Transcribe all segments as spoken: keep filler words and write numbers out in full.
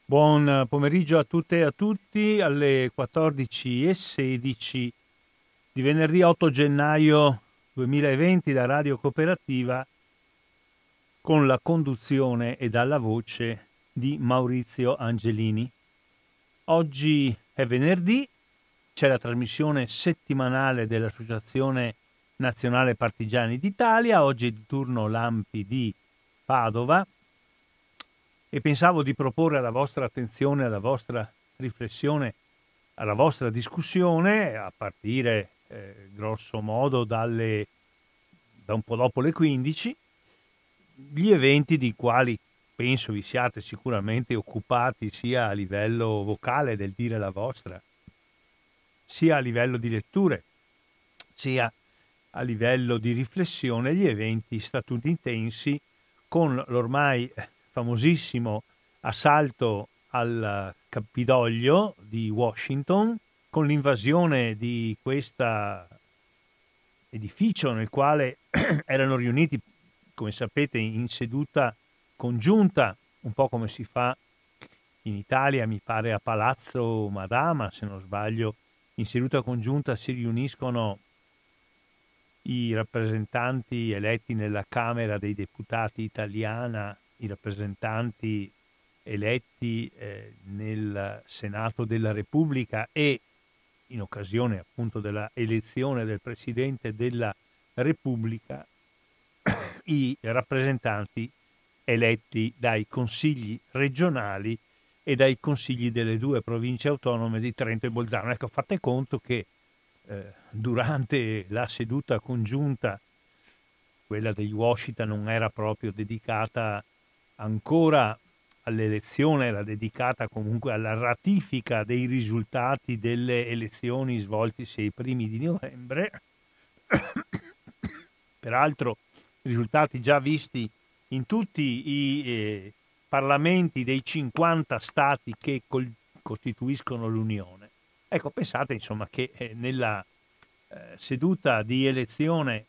Buon pomeriggio a tutte e a tutti, alle quattordici e sedici di venerdì otto gennaio duemilaventi da Radio Cooperativa, con la conduzione e dalla voce di Maurizio Angelini. Oggi è venerdì, c'è la trasmissione settimanale dell'Associazione Nazionale Partigiani d'Italia, oggi è di turno Lampi di Padova, e pensavo di proporre alla vostra attenzione, alla vostra riflessione, alla vostra discussione, a partire eh, grosso modo dalle, da un po' dopo le quindici, gli eventi di quali penso vi siate sicuramente occupati sia a livello vocale del dire la vostra, sia a livello di letture, sia a livello di riflessione, gli eventi statunitensi con l'ormai famosissimo assalto al Campidoglio di Washington, con l'invasione di questo edificio nel quale erano riuniti, come sapete, in seduta congiunta, un po' come si fa in Italia, mi pare a Palazzo Madama, se non sbaglio, in seduta congiunta si riuniscono i rappresentanti eletti nella Camera dei Deputati italiana, i rappresentanti eletti eh, nel Senato della Repubblica e, in occasione appunto della elezione del Presidente della Repubblica, i rappresentanti eletti dai consigli regionali e dai consigli delle due province autonome di Trento e Bolzano. Ecco, fate conto che eh, durante la seduta congiunta, quella di Washington non era proprio dedicata ancora all'elezione, era dedicata comunque alla ratifica dei risultati delle elezioni svoltisi ai primi di novembre. Peraltro risultati già visti in tutti i eh, parlamenti dei cinquanta stati che col- costituiscono l'Unione. Ecco, pensate insomma che eh, nella eh, seduta di elezione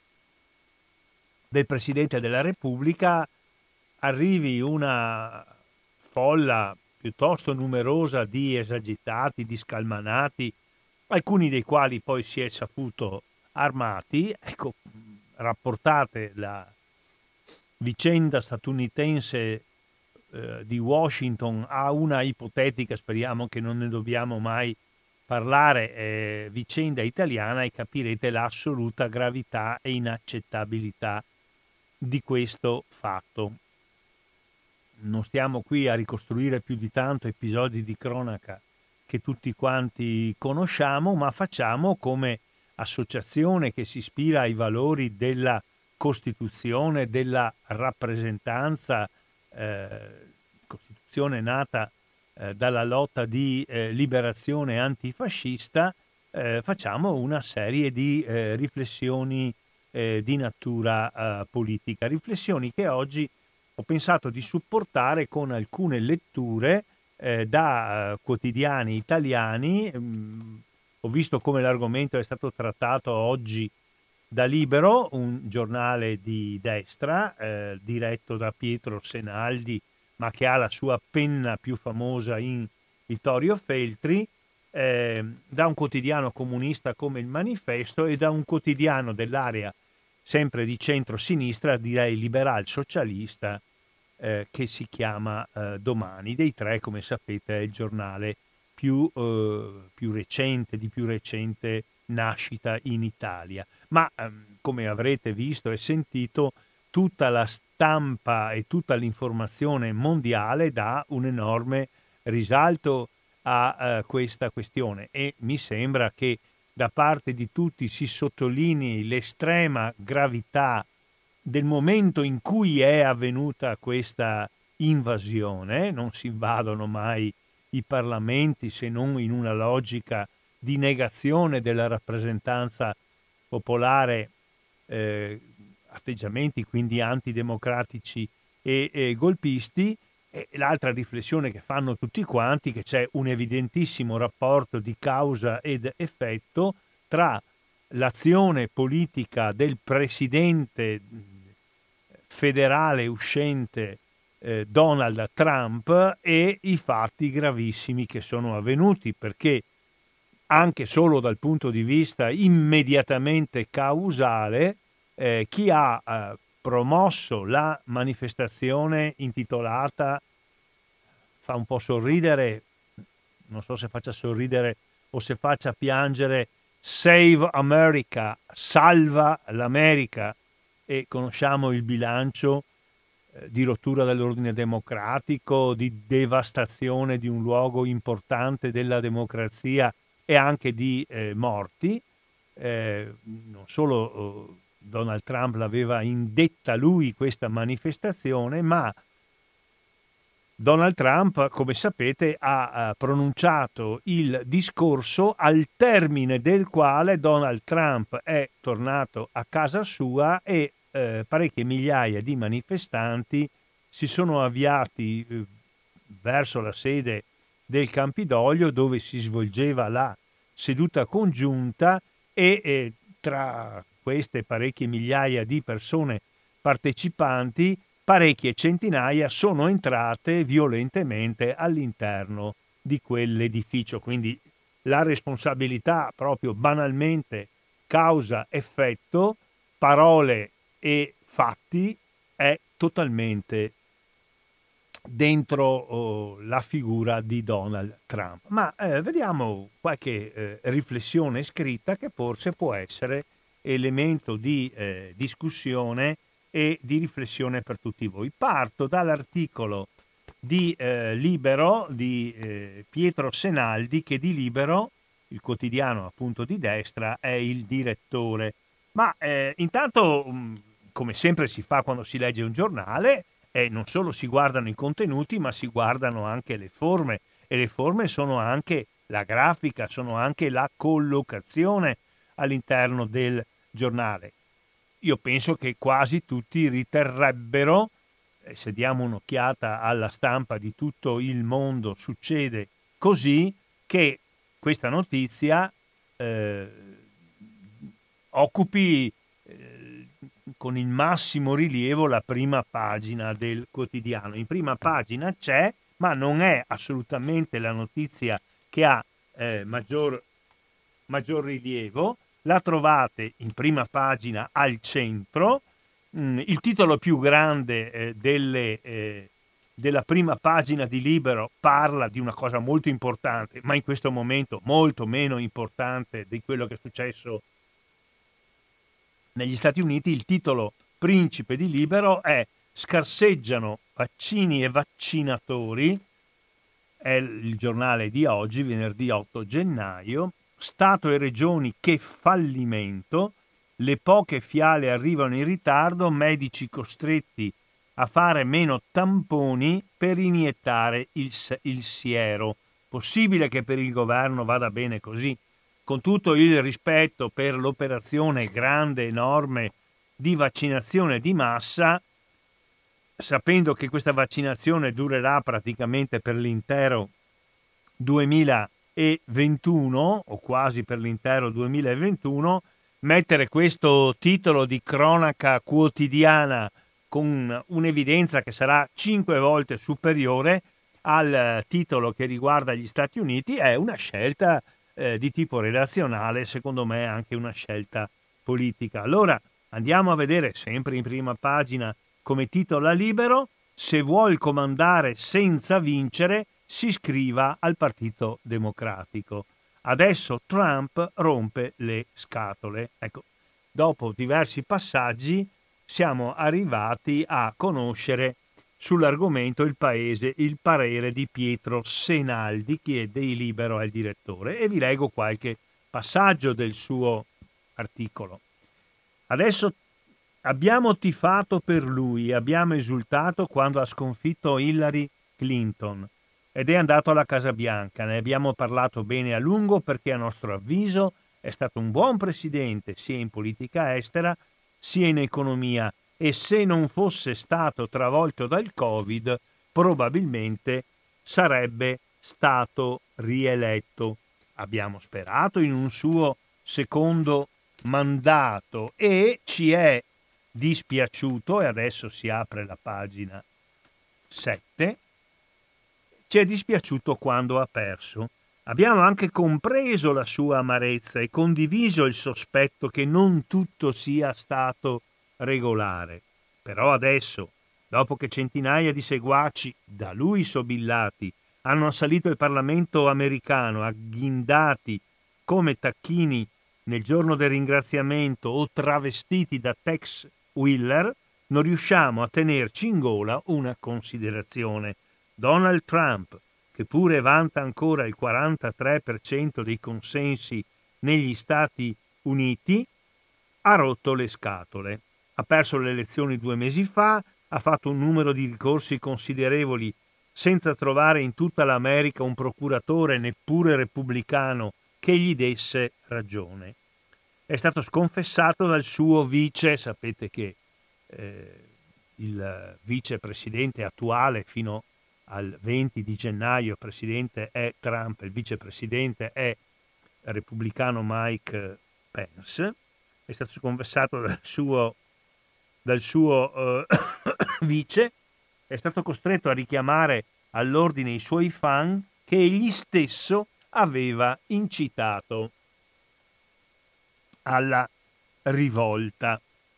del Presidente della Repubblica arrivi una folla piuttosto numerosa di esagitati, di scalmanati, alcuni dei quali poi si è saputo armati. Ecco, rapportate la vicenda statunitense eh, di Washington a una ipotetica, speriamo che non ne dobbiamo mai parlare, eh, vicenda italiana, e capirete l'assoluta gravità e inaccettabilità di questo fatto. Non stiamo qui a ricostruire più di tanto episodi di cronaca che tutti quanti conosciamo, ma facciamo, come associazione che si ispira ai valori della Costituzione, della rappresentanza, eh, Costituzione nata eh, dalla lotta di eh, liberazione antifascista, eh, facciamo una serie di eh, riflessioni eh, di natura eh, politica, riflessioni che oggi ho pensato di supportare con alcune letture eh, da eh, quotidiani italiani. Mm, ho visto come l'argomento è stato trattato oggi da Libero, un giornale di destra eh, diretto da Pietro Senaldi, ma che ha la sua penna più famosa in Vittorio Feltri, eh, da un quotidiano comunista come il Manifesto e da un quotidiano dell'area sempre di centro-sinistra, direi liberal socialista, eh, che si chiama eh, Domani. Dei tre, come sapete, è il giornale più, eh, più recente, di più recente nascita in Italia. Ma ehm, come avrete visto e sentito, tutta la stampa e tutta l'informazione mondiale dà un enorme risalto a eh, questa questione, e mi sembra che da parte di tutti si sottolinei l'estrema gravità del momento in cui è avvenuta questa invasione. Non si invadono mai i parlamenti se non in una logica di negazione della rappresentanza popolare, eh, atteggiamenti quindi antidemocratici e, e golpisti. E l'altra riflessione che fanno tutti quanti, che c'è un evidentissimo rapporto di causa ed effetto tra l'azione politica del presidente federale uscente eh, Donald Trump e i fatti gravissimi che sono avvenuti, perché anche solo dal punto di vista immediatamente causale, eh, chi ha eh, promosso la manifestazione intitolata, fa un po' sorridere, non so se faccia sorridere o se faccia piangere, Save America, salva l'America, e conosciamo il bilancio eh, di rottura dell'ordine democratico, di devastazione di un luogo importante della democrazia e anche di eh, morti. Eh, non solo eh, Donald Trump l'aveva indetta lui questa manifestazione, ma Donald Trump, come sapete, ha uh, pronunciato il discorso al termine del quale Donald Trump è tornato a casa sua e eh, parecchie migliaia di manifestanti si sono avviati eh, verso la sede del Campidoglio dove si svolgeva la seduta congiunta e eh, tra queste parecchie migliaia di persone partecipanti parecchie centinaia sono entrate violentemente all'interno di quell'edificio. Quindi la responsabilità proprio banalmente causa-effetto, parole e fatti, è totalmente dentro oh, la figura di Donald Trump. Ma eh, vediamo qualche eh, riflessione scritta che forse può essere elemento di eh, discussione e di riflessione per tutti voi. Parto dall'articolo di eh, Libero di eh, Pietro Senaldi, che di Libero, il quotidiano appunto di destra, è il direttore. Ma eh, intanto, mh, come sempre si fa quando si legge un giornale, eh, non solo si guardano i contenuti, ma si guardano anche le forme, e le forme sono anche la grafica, sono anche la collocazione all'interno del giornale. Io penso che quasi tutti riterrebbero, eh, se diamo un'occhiata alla stampa di tutto il mondo, succede così, che questa notizia eh, occupi eh, con il massimo rilievo la prima pagina del quotidiano. In prima pagina c'è, ma non è assolutamente la notizia che ha eh, maggior, maggior rilievo. La trovate in prima pagina al centro. Mm, il titolo più grande eh, delle, eh, della prima pagina di Libero parla di una cosa molto importante, ma in questo momento molto meno importante di quello che è successo negli Stati Uniti. Il titolo principe di Libero è "Scarseggiano vaccini e vaccinatori", è il giornale di oggi, venerdì otto gennaio. Stato e regioni, che fallimento, le poche fiale arrivano in ritardo, medici costretti a fare meno tamponi per iniettare il, il siero. Possibile che per il governo vada bene così? Con tutto il rispetto per l'operazione grande, enorme di vaccinazione di massa, sapendo che questa vaccinazione durerà praticamente per l'intero duemilaventuno o quasi per l'intero duemilaventuno, mettere questo titolo di cronaca quotidiana con un'evidenza che sarà cinque volte superiore al titolo che riguarda gli Stati Uniti è una scelta eh, di tipo redazionale, secondo me anche una scelta politica. Allora andiamo a vedere sempre in prima pagina come titola Libero: "Se vuol comandare senza vincere, si iscriva al Partito Democratico. Adesso Trump rompe le scatole". Ecco, dopo diversi passaggi siamo arrivati a conoscere sull'argomento il paese, il parere di Pietro Senaldi, che è dei Libero, è il direttore, e vi leggo qualche passaggio del suo articolo. "Adesso abbiamo tifato per lui, abbiamo esultato quando ha sconfitto Hillary Clinton ed è andato alla Casa Bianca. Ne abbiamo parlato bene a lungo perché a nostro avviso è stato un buon presidente sia in politica estera sia in economia, e se non fosse stato travolto dal Covid probabilmente sarebbe stato rieletto. Abbiamo sperato in un suo secondo mandato e ci è dispiaciuto", e adesso si apre la pagina sette, ci è dispiaciuto quando ha perso. Abbiamo anche compreso la sua amarezza e condiviso il sospetto che non tutto sia stato regolare. Però adesso, dopo che centinaia di seguaci, da lui sobillati, hanno assalito il Parlamento americano, agghindati come tacchini nel giorno del ringraziamento o travestiti da Tex Willer, non riusciamo a tenerci in gola una considerazione. Donald Trump, che pure vanta ancora il quarantatré per cento dei consensi negli Stati Uniti, ha rotto le scatole. Ha perso le elezioni due mesi fa, ha fatto un numero di ricorsi considerevoli senza trovare in tutta l'America un procuratore neppure repubblicano che gli desse ragione. È stato sconfessato dal suo vice, sapete che eh, il vicepresidente attuale fino al venti di gennaio, presidente è Trump, il vicepresidente è il repubblicano Mike Pence, è stato sconfessato dal suo, dal suo eh, vice, è stato costretto a richiamare all'ordine i suoi fan che egli stesso aveva incitato alla rivolta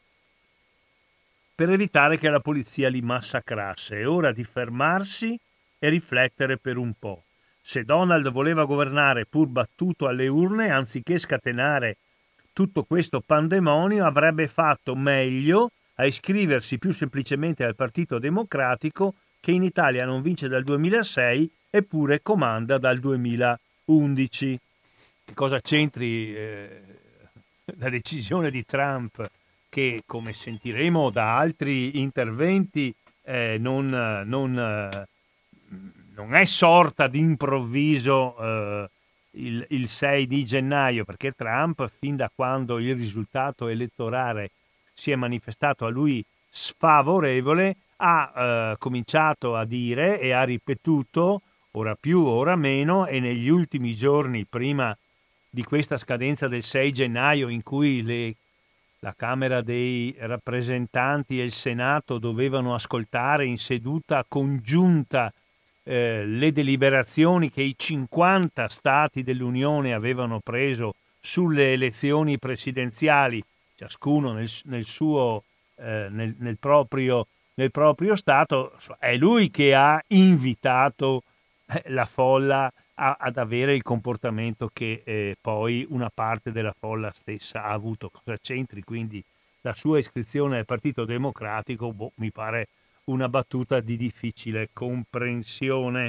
per evitare che la polizia li massacrasse. È ora di fermarsi e riflettere per un po'. Se Donald voleva governare pur battuto alle urne, anziché scatenare tutto questo pandemonio, avrebbe fatto meglio a iscriversi più semplicemente al Partito Democratico, che in Italia non vince dal duemilasei eppure comanda dal duemilaundici. Che cosa c'entri eh, la decisione di Trump, che come sentiremo da altri interventi eh, non, non, eh, non è sorta d'improvviso eh, il, il sei di gennaio, perché Trump, fin da quando il risultato elettorale si è manifestato a lui sfavorevole, ha eh, cominciato a dire e ha ripetuto, ora più, ora meno, e negli ultimi giorni prima di questa scadenza del sei gennaio, in cui le la Camera dei rappresentanti e il Senato dovevano ascoltare in seduta congiunta eh, le deliberazioni che i cinquanta stati dell'Unione avevano preso sulle elezioni presidenziali, ciascuno nel, nel suo eh, nel, nel, proprio, nel proprio stato. È lui che ha invitato eh, la folla a, ad avere il comportamento che eh, poi una parte della folla stessa ha avuto. Cosa c'entri quindi la sua iscrizione al Partito Democratico? Boh, mi pare una battuta di difficile comprensione.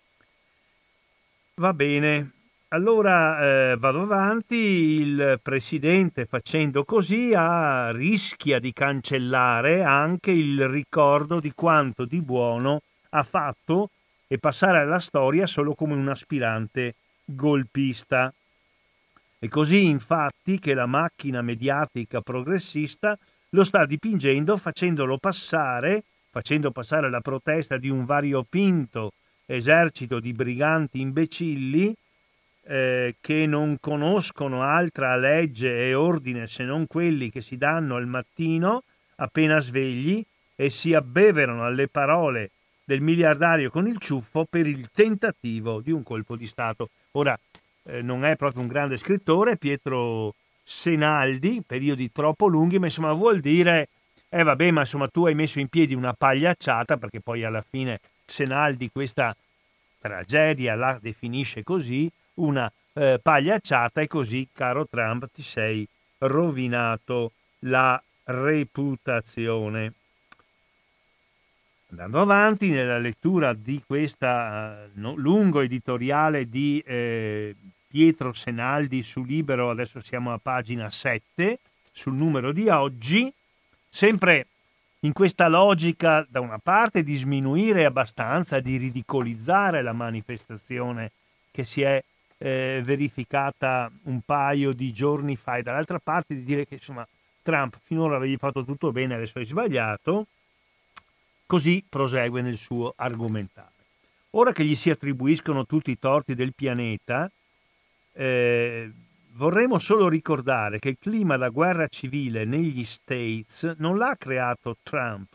Va bene, allora eh, vado avanti. Il presidente, facendo così, ha, rischia di cancellare anche il ricordo di quanto di buono ha fatto e passare alla storia solo come un aspirante golpista. È così infatti che la macchina mediatica progressista lo sta dipingendo, facendolo passare, facendo passare la protesta di un variopinto esercito di briganti imbecilli eh, che non conoscono altra legge e ordine se non quelli che si danno al mattino appena svegli e si abbeverano alle parole del miliardario con il ciuffo per il tentativo di un colpo di Stato. Ora, eh, non è proprio un grande scrittore, Pietro Senaldi, periodi troppo lunghi, ma insomma vuol dire, eh vabbè, ma insomma tu hai messo in piedi una pagliacciata, perché poi alla fine Senaldi questa tragedia la definisce così, una eh, pagliacciata, e così, caro Trump, ti sei rovinato la reputazione. Andando avanti nella lettura di questa no, lungo editoriale di eh, Pietro Senaldi su Libero, adesso siamo a pagina sette, sul numero di oggi, sempre in questa logica da una parte di sminuire abbastanza, di ridicolizzare la manifestazione che si è eh, verificata un paio di giorni fa, e dall'altra parte di dire che insomma Trump finora avevi fatto tutto bene, adesso hai sbagliato. Così prosegue nel suo argomentare. Ora che gli si attribuiscono tutti i torti del pianeta, eh, vorremmo solo ricordare che il clima da guerra civile negli States non l'ha creato Trump,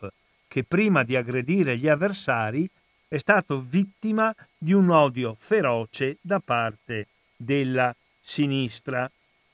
che prima di aggredire gli avversari è stato vittima di un odio feroce da parte della sinistra.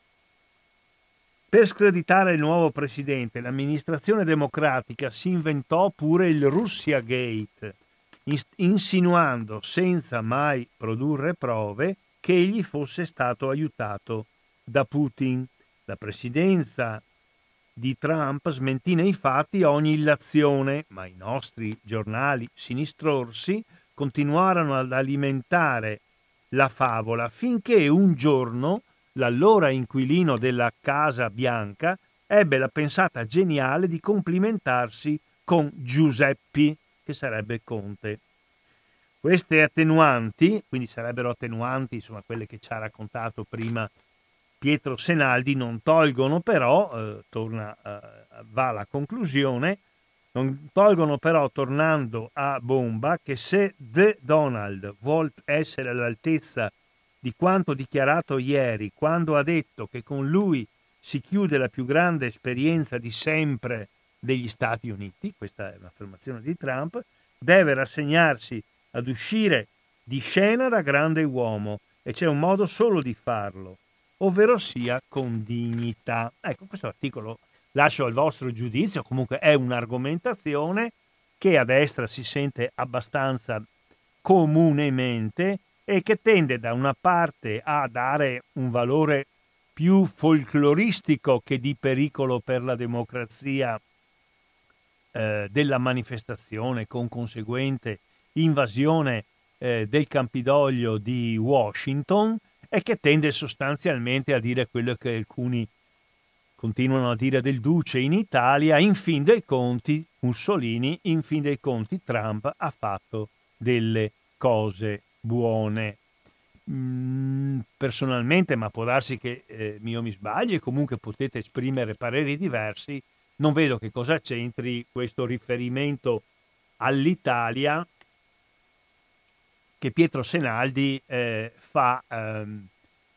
Per screditare il nuovo presidente, l'amministrazione democratica si inventò pure il Russia Gate, insinuando senza mai produrre prove che egli fosse stato aiutato da Putin. La presidenza di Trump smentì nei fatti ogni illazione, ma i nostri giornali sinistrorsi continuarono ad alimentare la favola finché un giorno l'allora inquilino della Casa Bianca ebbe la pensata geniale di complimentarsi con Giuseppe, che sarebbe Conte. Queste attenuanti, quindi sarebbero attenuanti, insomma, quelle che ci ha raccontato prima Pietro Senaldi, non tolgono però, eh, torna, eh, va alla conclusione, non tolgono però, tornando a bomba, che se The Donald vuol essere all'altezza di quanto dichiarato ieri, quando ha detto che con lui si chiude la più grande esperienza di sempre degli Stati Uniti, questa è un'affermazione di Trump, deve rassegnarsi ad uscire di scena da grande uomo, e c'è un modo solo di farlo, ovvero sia con dignità. Ecco, questo articolo lascio al vostro giudizio, comunque è un'argomentazione che a destra si sente abbastanza comunemente e che tende da una parte a dare un valore più folcloristico che di pericolo per la democrazia eh, della manifestazione, con conseguente invasione eh, del Campidoglio di Washington, e che tende sostanzialmente a dire quello che alcuni continuano a dire del Duce in Italia: in fin dei conti Mussolini, in fin dei conti Trump ha fatto delle cose buone. Mm, personalmente, ma può darsi che eh, io mi sbagli e comunque potete esprimere pareri diversi, non vedo che cosa c'entri questo riferimento all'Italia che Pietro Senaldi eh, fa ehm,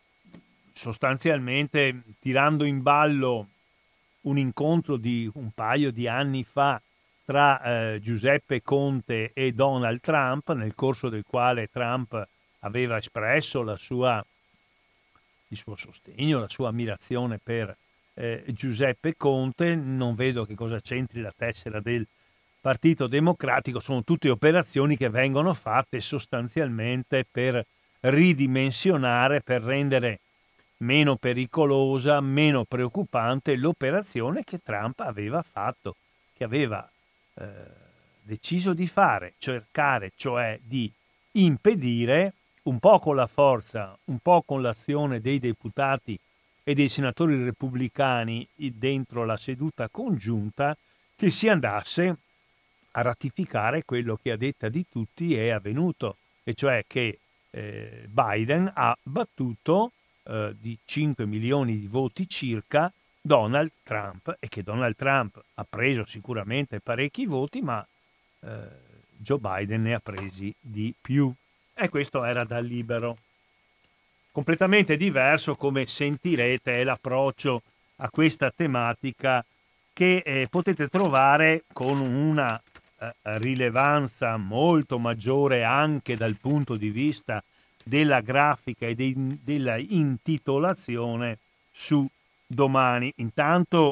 sostanzialmente tirando in ballo un incontro di un paio di anni fa tra eh, Giuseppe Conte e Donald Trump, nel corso del quale Trump aveva espresso la sua, il suo sostegno, la sua ammirazione per eh, Giuseppe Conte. Non vedo che cosa c'entri la tessera del Partito Democratico, sono tutte operazioni che vengono fatte sostanzialmente per ridimensionare, per rendere meno pericolosa, meno preoccupante l'operazione che Trump aveva fatto, che aveva eh, deciso di fare, cercare cioè di impedire, un po' con la forza, un po' con l'azione dei deputati e dei senatori repubblicani dentro la seduta congiunta, che si andasse a ratificare quello che a detta di tutti è avvenuto, e cioè che eh, Biden ha battuto eh, di cinque milioni di voti circa Donald Trump, e che Donald Trump ha preso sicuramente parecchi voti, ma eh, Joe Biden ne ha presi di più. E questo era da Libero. Completamente diverso, come sentirete, è l'approccio a questa tematica che eh, potete trovare con una eh, rilevanza molto maggiore anche dal punto di vista della grafica e dei, della intitolazione su Domani. Intanto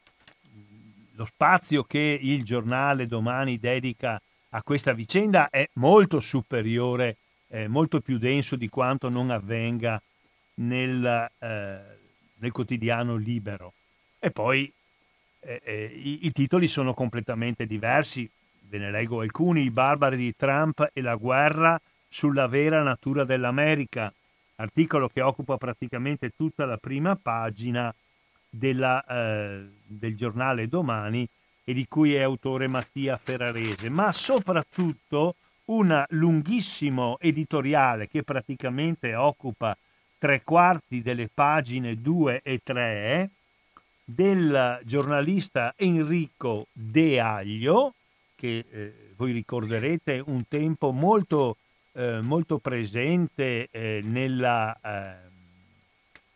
lo spazio che il giornale Domani dedica a questa vicenda è molto superiore, eh, molto più denso di quanto non avvenga nel, eh, nel quotidiano Libero. E poi eh, eh, i, i titoli sono completamente diversi, ve ne leggo alcuni: I barbari di Trump e la guerra sulla vera natura dell'America, articolo che occupa praticamente tutta la prima pagina della, eh, del giornale Domani, e di cui è autore Mattia Ferrarese, ma soprattutto un lunghissimo editoriale che praticamente occupa tre quarti delle pagine due e tre del giornalista Enrico De Aglio, che eh, voi ricorderete un tempo molto, eh, molto presente eh, nella... Eh,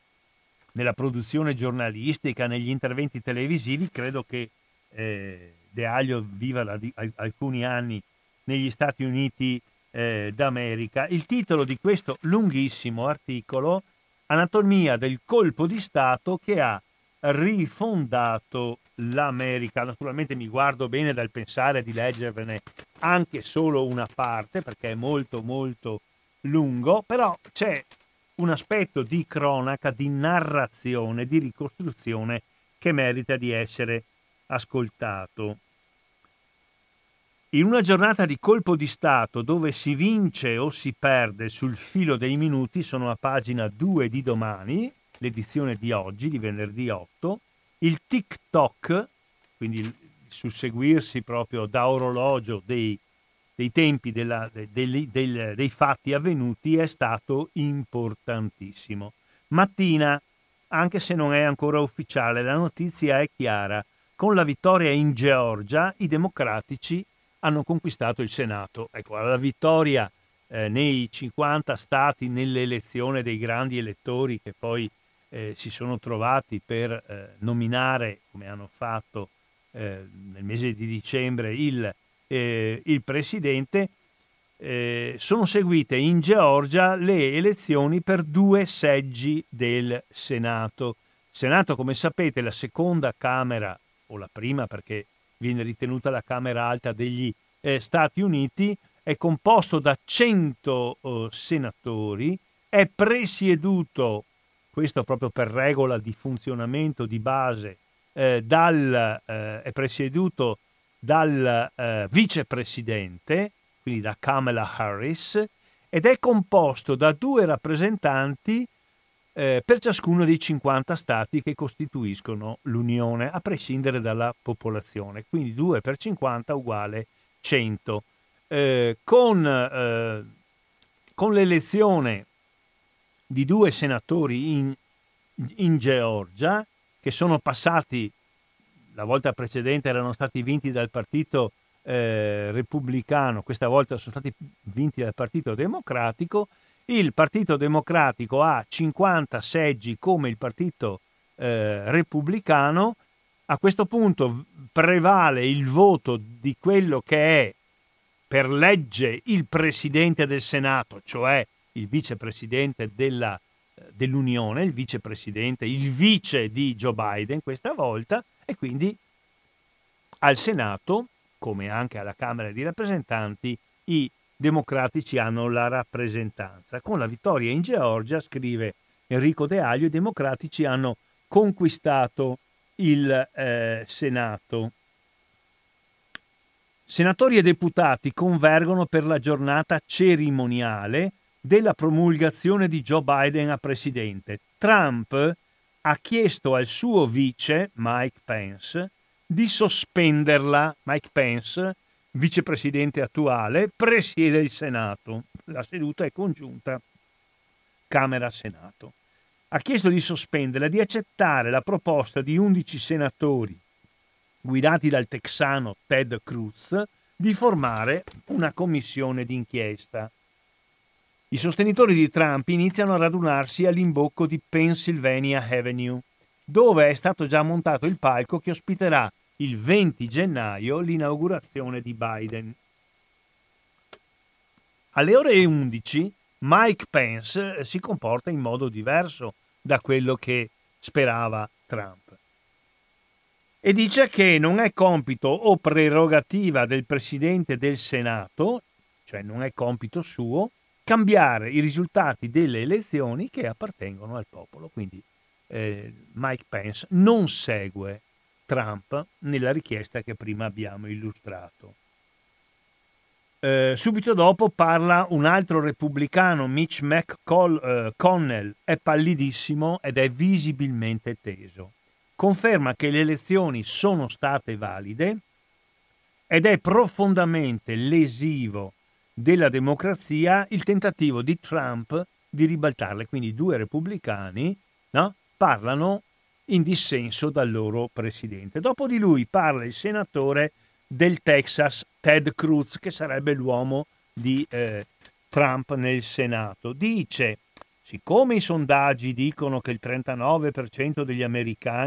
nella produzione giornalistica, negli interventi televisivi. Credo che eh, De Aglio viva da di, alcuni anni negli Stati Uniti eh, d'America. Il titolo di questo lunghissimo articolo: Anatomia del colpo di Stato che ha rifondato l'America. Naturalmente mi guardo bene dal pensare di leggervene anche solo una parte, perché è molto molto lungo, però c'è un aspetto di cronaca, di narrazione, di ricostruzione che merita di essere ascoltato. In una giornata di colpo di Stato dove si vince o si perde sul filo dei minuti, sono a pagina due di Domani, l'edizione di oggi, di venerdì otto, il tic-toc, quindi il susseguirsi proprio da orologio dei, dei tempi della, dei, dei, dei fatti avvenuti è stato importantissimo. Mattina, anche se non è ancora ufficiale, la notizia è chiara. Con la vittoria in Georgia, i democratici hanno conquistato il Senato. Ecco, la vittoria eh, nei cinquanta stati nell'elezione dei grandi elettori che poi eh, si sono trovati per eh, nominare, come hanno fatto eh, nel mese di dicembre, il, eh, il presidente, eh, sono seguite in Georgia le elezioni per due seggi del Senato. Senato, come sapete, la seconda Camera, o la prima perché viene ritenuta la Camera Alta degli eh, Stati Uniti, è composto da cento eh, senatori, è presieduto, questo proprio per regola di funzionamento di base, eh, dal, eh, è presieduto dal eh, vicepresidente, quindi da Kamala Harris, ed è composto da due rappresentanti Eh, per ciascuno dei cinquanta stati che costituiscono l'Unione, a prescindere dalla popolazione, quindi due per cinquanta uguale cento. Eh, con, eh, con l'elezione di due senatori in, in Georgia, che sono passati, la volta precedente erano stati vinti dal partito eh, repubblicano, questa volta sono stati vinti dal partito democratico. Il Partito Democratico ha cinquanta seggi come il Partito eh, Repubblicano. A questo punto prevale il voto di quello che è per legge il Presidente del Senato, cioè il Vicepresidente della, dell'Unione, il Vicepresidente, il vice di Joe Biden questa volta, e quindi al Senato, come anche alla Camera dei Rappresentanti, i democratici hanno la rappresentanza. Con la vittoria in Georgia, scrive Enrico De Aglio, i democratici hanno conquistato il eh, Senato. Senatori e deputati convergono per la giornata cerimoniale della promulgazione di Joe Biden a presidente. Trump ha chiesto al suo vice, Mike Pence, di sospenderla. Mike Pence, vicepresidente attuale, presiede il Senato. La seduta è congiunta Camera-Senato. Ha chiesto di sospenderla, di accettare la proposta di undici senatori guidati dal texano Ted Cruz di formare una commissione d'inchiesta. I sostenitori di Trump iniziano a radunarsi all'imbocco di Pennsylvania Avenue, dove è stato già montato il palco che ospiterà il venti gennaio l'inaugurazione di Biden. Alle ore undici Mike Pence si comporta in modo diverso da quello che sperava Trump e dice che non è compito o prerogativa del Presidente del Senato, cioè non è compito suo, cambiare i risultati delle elezioni che appartengono al popolo. Quindi eh, Mike Pence non segue Trump nella richiesta che prima abbiamo illustrato. Eh, subito dopo parla un altro repubblicano, Mitch McConnell, è pallidissimo ed è visibilmente teso. Conferma che le elezioni sono state valide ed è profondamente lesivo della democrazia il tentativo di Trump di ribaltarle. Quindi due repubblicani, no, parlano in dissenso dal loro presidente. Dopo di lui parla il senatore del Texas, Ted Cruz, che sarebbe l'uomo di eh, Trump nel Senato. Dice: siccome i sondaggi dicono che il trentanove per cento degli americani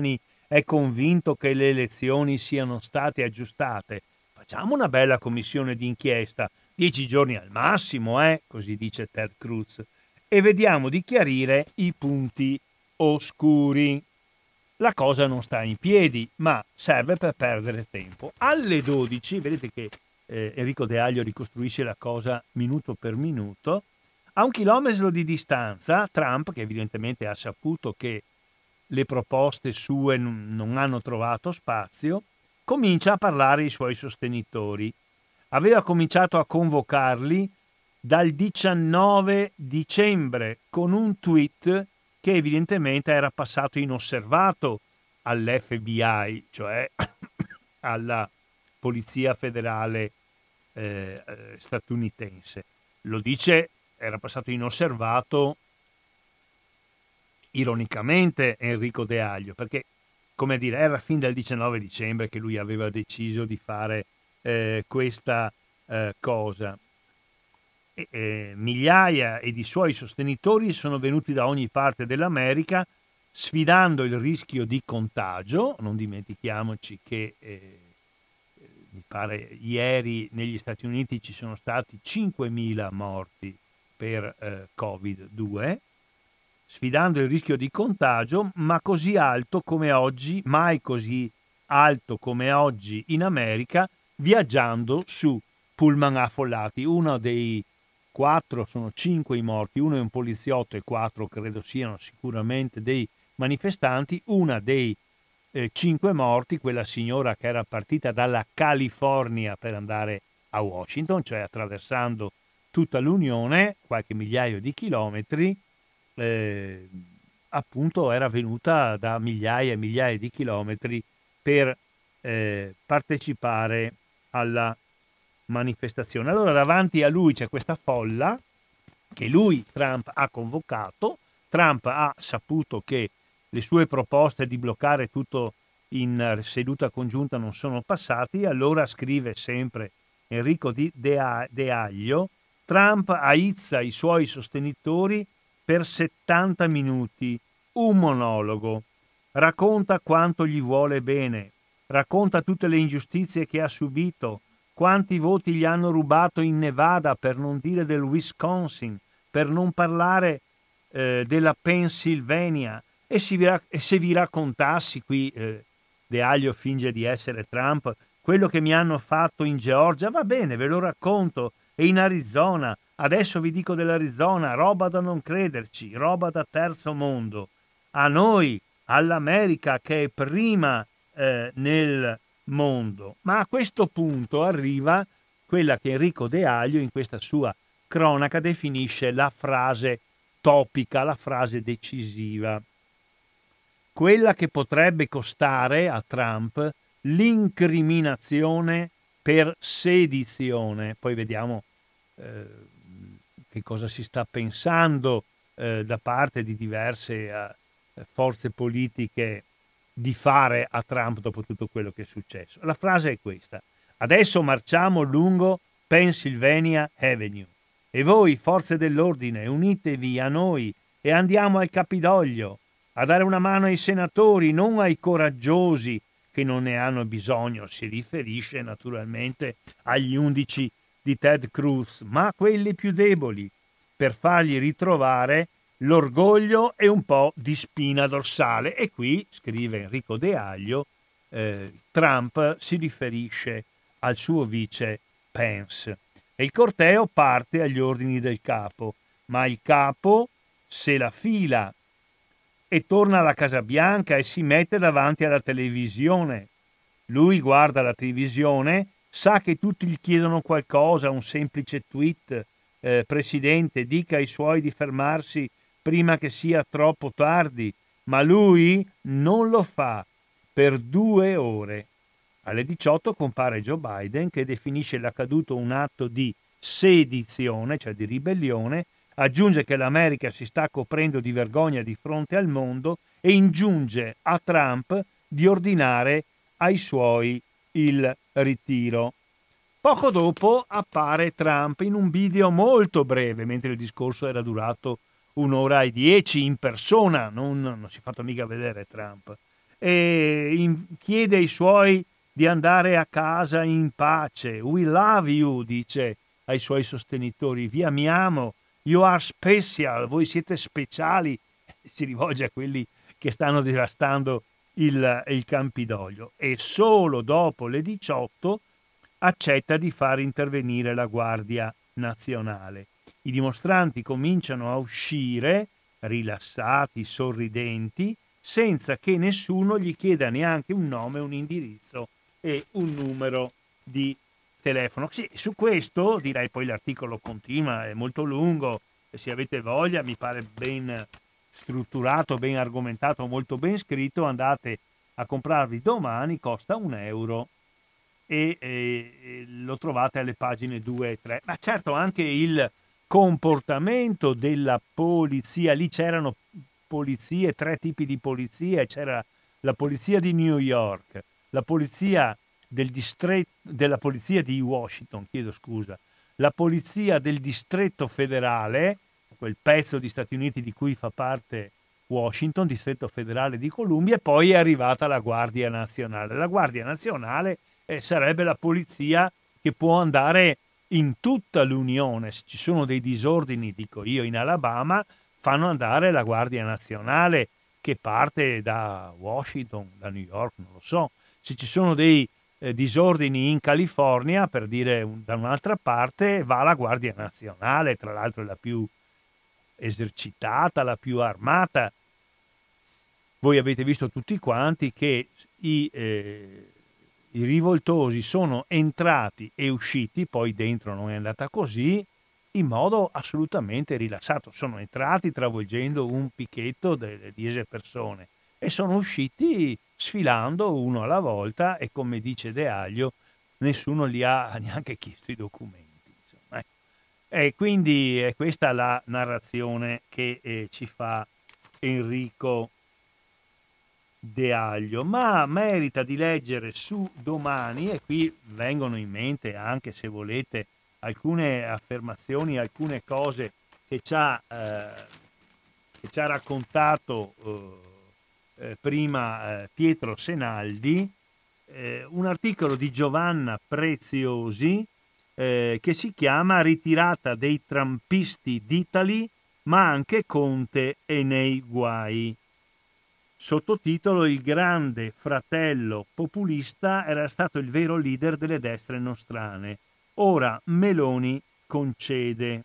è convinto che le elezioni siano state aggiustate. Facciamo una bella commissione d'inchiesta, dieci giorni al massimo, eh? Così dice Ted Cruz, e vediamo di chiarire i punti oscuri. La cosa non sta in piedi, ma serve per perdere tempo. Alle dodici, vedete che eh, Enrico De Aglio ricostruisce la cosa minuto per minuto. A un chilometro di distanza, Trump, che evidentemente ha saputo che le proposte sue n- non hanno trovato spazio, comincia a parlare ai suoi sostenitori. Aveva cominciato a convocarli dal diciannove dicembre con un tweet che evidentemente era passato inosservato all'F B I, cioè alla Polizia Federale eh, statunitense. Lo dice, era passato inosservato ironicamente Enrico De Aglio, perché, come dire, era fin dal diciannove dicembre che lui aveva deciso di fare eh, questa eh, cosa. E, eh, migliaia e di suoi sostenitori sono venuti da ogni parte dell'America sfidando il rischio di contagio. Non dimentichiamoci che eh, mi pare ieri negli Stati Uniti ci sono stati cinquemila morti per eh, covid due, sfidando il rischio di contagio, ma così alto come oggi, mai così alto come oggi in America, viaggiando su pullman affollati. Uno dei quattro, sono cinque i morti, uno è un poliziotto e quattro credo siano sicuramente dei manifestanti. Una dei eh, cinque morti, quella signora che era partita dalla California per andare a Washington, cioè attraversando tutta l'Unione, qualche migliaio di chilometri, eh, appunto era venuta da migliaia e migliaia di chilometri per eh, partecipare alla manifestazione. Allora davanti a lui c'è questa folla che lui, Trump, ha convocato. Trump ha saputo che le sue proposte di bloccare tutto in seduta congiunta non sono passati, allora scrive sempre Enrico di De, De Aglio: Trump aizza i suoi sostenitori per settanta minuti, un monologo, racconta quanto gli vuole bene, racconta tutte le ingiustizie che ha subito, quanti voti gli hanno rubato in Nevada, per non dire del Wisconsin, per non parlare eh, della Pennsylvania. E, si vi, e se vi raccontassi, qui eh, De Aglio finge di essere Trump, quello che mi hanno fatto in Georgia, va bene, ve lo racconto, e in Arizona, adesso vi dico dell'Arizona, roba da non crederci, roba da terzo mondo. A noi, all'America che è prima eh, nel mondo. Ma a questo punto arriva quella che Enrico De Aglio in questa sua cronaca definisce la frase topica, la frase decisiva, quella che potrebbe costare a Trump l'incriminazione per sedizione. Poi vediamo eh, che cosa si sta pensando eh, da parte di diverse eh, forze politiche di fare a Trump dopo tutto quello che è successo. La frase è questa: adesso marciamo lungo Pennsylvania Avenue e voi, forze dell'ordine, unitevi a noi e andiamo al Campidoglio a dare una mano ai senatori, non ai coraggiosi che non ne hanno bisogno. Si riferisce naturalmente agli undici di Ted Cruz, ma a quelli più deboli, per fargli ritrovare l'orgoglio e un po' di spina dorsale. E qui, scrive Enrico De Aglio, eh, Trump si riferisce al suo vice Pence. E il corteo parte agli ordini del capo, ma il capo se la fila e torna alla Casa Bianca e si mette davanti alla televisione. Lui guarda la televisione, sa che tutti gli chiedono qualcosa, un semplice tweet, eh, Presidente, dica ai suoi di fermarsi prima che sia troppo tardi, ma lui non lo fa per due ore. Alle diciotto compare Joe Biden che definisce l'accaduto un atto di sedizione, cioè di ribellione, aggiunge che l'America si sta coprendo di vergogna di fronte al mondo e ingiunge a Trump di ordinare ai suoi il ritiro. Poco dopo appare Trump in un video molto breve, mentre il discorso era durato un'ora e dieci in persona, non, non si è fatto mica vedere Trump. e in, chiede ai suoi di andare a casa in pace. We love you, dice ai suoi sostenitori, vi amiamo, you are special, voi siete speciali, si rivolge a quelli che stanno devastando il, il Campidoglio, e solo dopo le diciotto accetta di far intervenire la Guardia Nazionale. I dimostranti cominciano a uscire rilassati, sorridenti, senza che nessuno gli chieda neanche un nome, un indirizzo e un numero di telefono. Sì, su questo direi, poi l'articolo continua, è molto lungo, e se avete voglia, mi pare ben strutturato, ben argomentato, molto ben scritto, andate a comprarvi domani, costa un euro e, e, e lo trovate alle pagine due e tre. Ma certo, anche il comportamento della polizia, lì c'erano polizie, tre tipi di polizie, c'era la polizia di New York, la polizia del distretto, della polizia di Washington, chiedo scusa, la polizia del distretto federale, quel pezzo di Stati Uniti di cui fa parte Washington, distretto federale di Columbia, e poi è arrivata la Guardia Nazionale. La Guardia Nazionale eh, sarebbe la polizia che può andare in tutta l'Unione. Se ci sono dei disordini, dico io, in Alabama, fanno andare la Guardia Nazionale che parte da Washington, da New York, non lo so. Se ci sono dei eh, disordini in California, per dire un, da un'altra parte, va la Guardia Nazionale, tra l'altro è la più esercitata, la più armata. Voi avete visto tutti quanti che i, eh, i rivoltosi sono entrati e usciti, poi dentro non è andata così, in modo assolutamente rilassato. Sono entrati travolgendo un picchetto di dieci persone e sono usciti sfilando uno alla volta, e come dice De Aglio, nessuno gli ha neanche chiesto i documenti. Insomma. E quindi è questa la narrazione che eh, ci fa Enrico De Aglio, ma merita di leggere su Domani, e qui vengono in mente anche, se volete, alcune affermazioni, alcune cose che ci ha, eh, che ci ha raccontato eh, eh, prima eh, Pietro Senaldi, eh, un articolo di Giovanna Preziosi eh, che si chiama Ritirata dei trampisti d'Italy, ma anche Conte è nei guai. Sottotitolo: Il grande fratello populista era stato il vero leader delle destre nostrane. Ora Meloni concede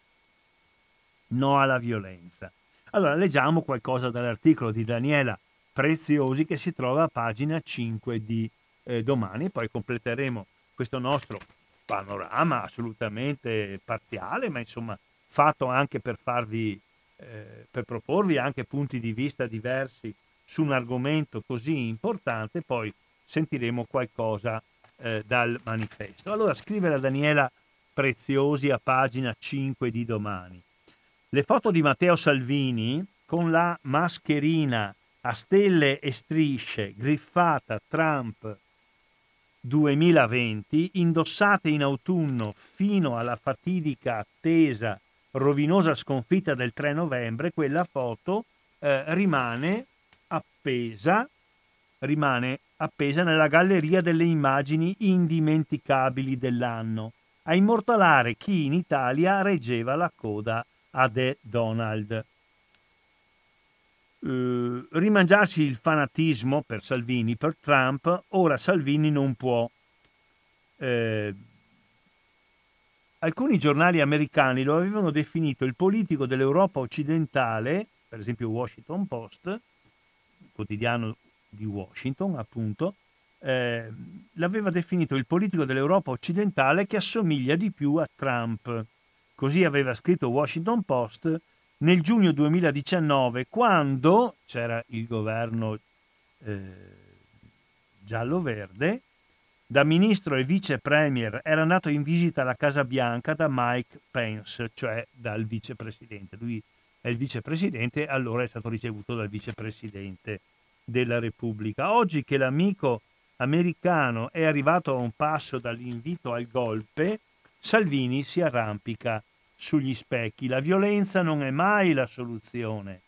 no alla violenza. Allora leggiamo qualcosa dall'articolo di Daniela Preziosi che si trova a pagina cinque di eh, Domani, e poi completeremo questo nostro panorama assolutamente parziale, ma insomma fatto anche per farvi, eh, per proporvi anche punti di vista diversi su un argomento così importante. Poi sentiremo qualcosa eh, dal manifesto. Allora scrive la Daniela Preziosi a pagina cinque di Domani: le foto di Matteo Salvini con la mascherina a stelle e strisce griffata Trump duemilaventi, indossate in autunno fino alla fatidica attesa rovinosa sconfitta del tre novembre, quella foto eh, rimane appesa rimane appesa nella galleria delle immagini indimenticabili dell'anno, a immortalare chi in Italia reggeva la coda a The Donald. Uh, rimangiarsi il fanatismo per Salvini, per Trump, ora Salvini non può. Eh, alcuni giornali americani lo avevano definito il politico dell'Europa occidentale, per esempio Washington Post, quotidiano di Washington appunto, eh, l'aveva definito il politico dell'Europa occidentale che assomiglia di più a Trump. Così aveva scritto Washington Post nel giugno duemiladiciannove, quando c'era il governo eh, giallo-verde. Da ministro e vice premier era andato in visita alla Casa Bianca da Mike Pence, cioè dal vicepresidente. Lui è il vicepresidente, allora è stato ricevuto dal vicepresidente della Repubblica. Oggi che l'amico americano è arrivato a un passo dall'invito al golpe, Salvini si arrampica sugli specchi. La violenza non è mai la soluzione.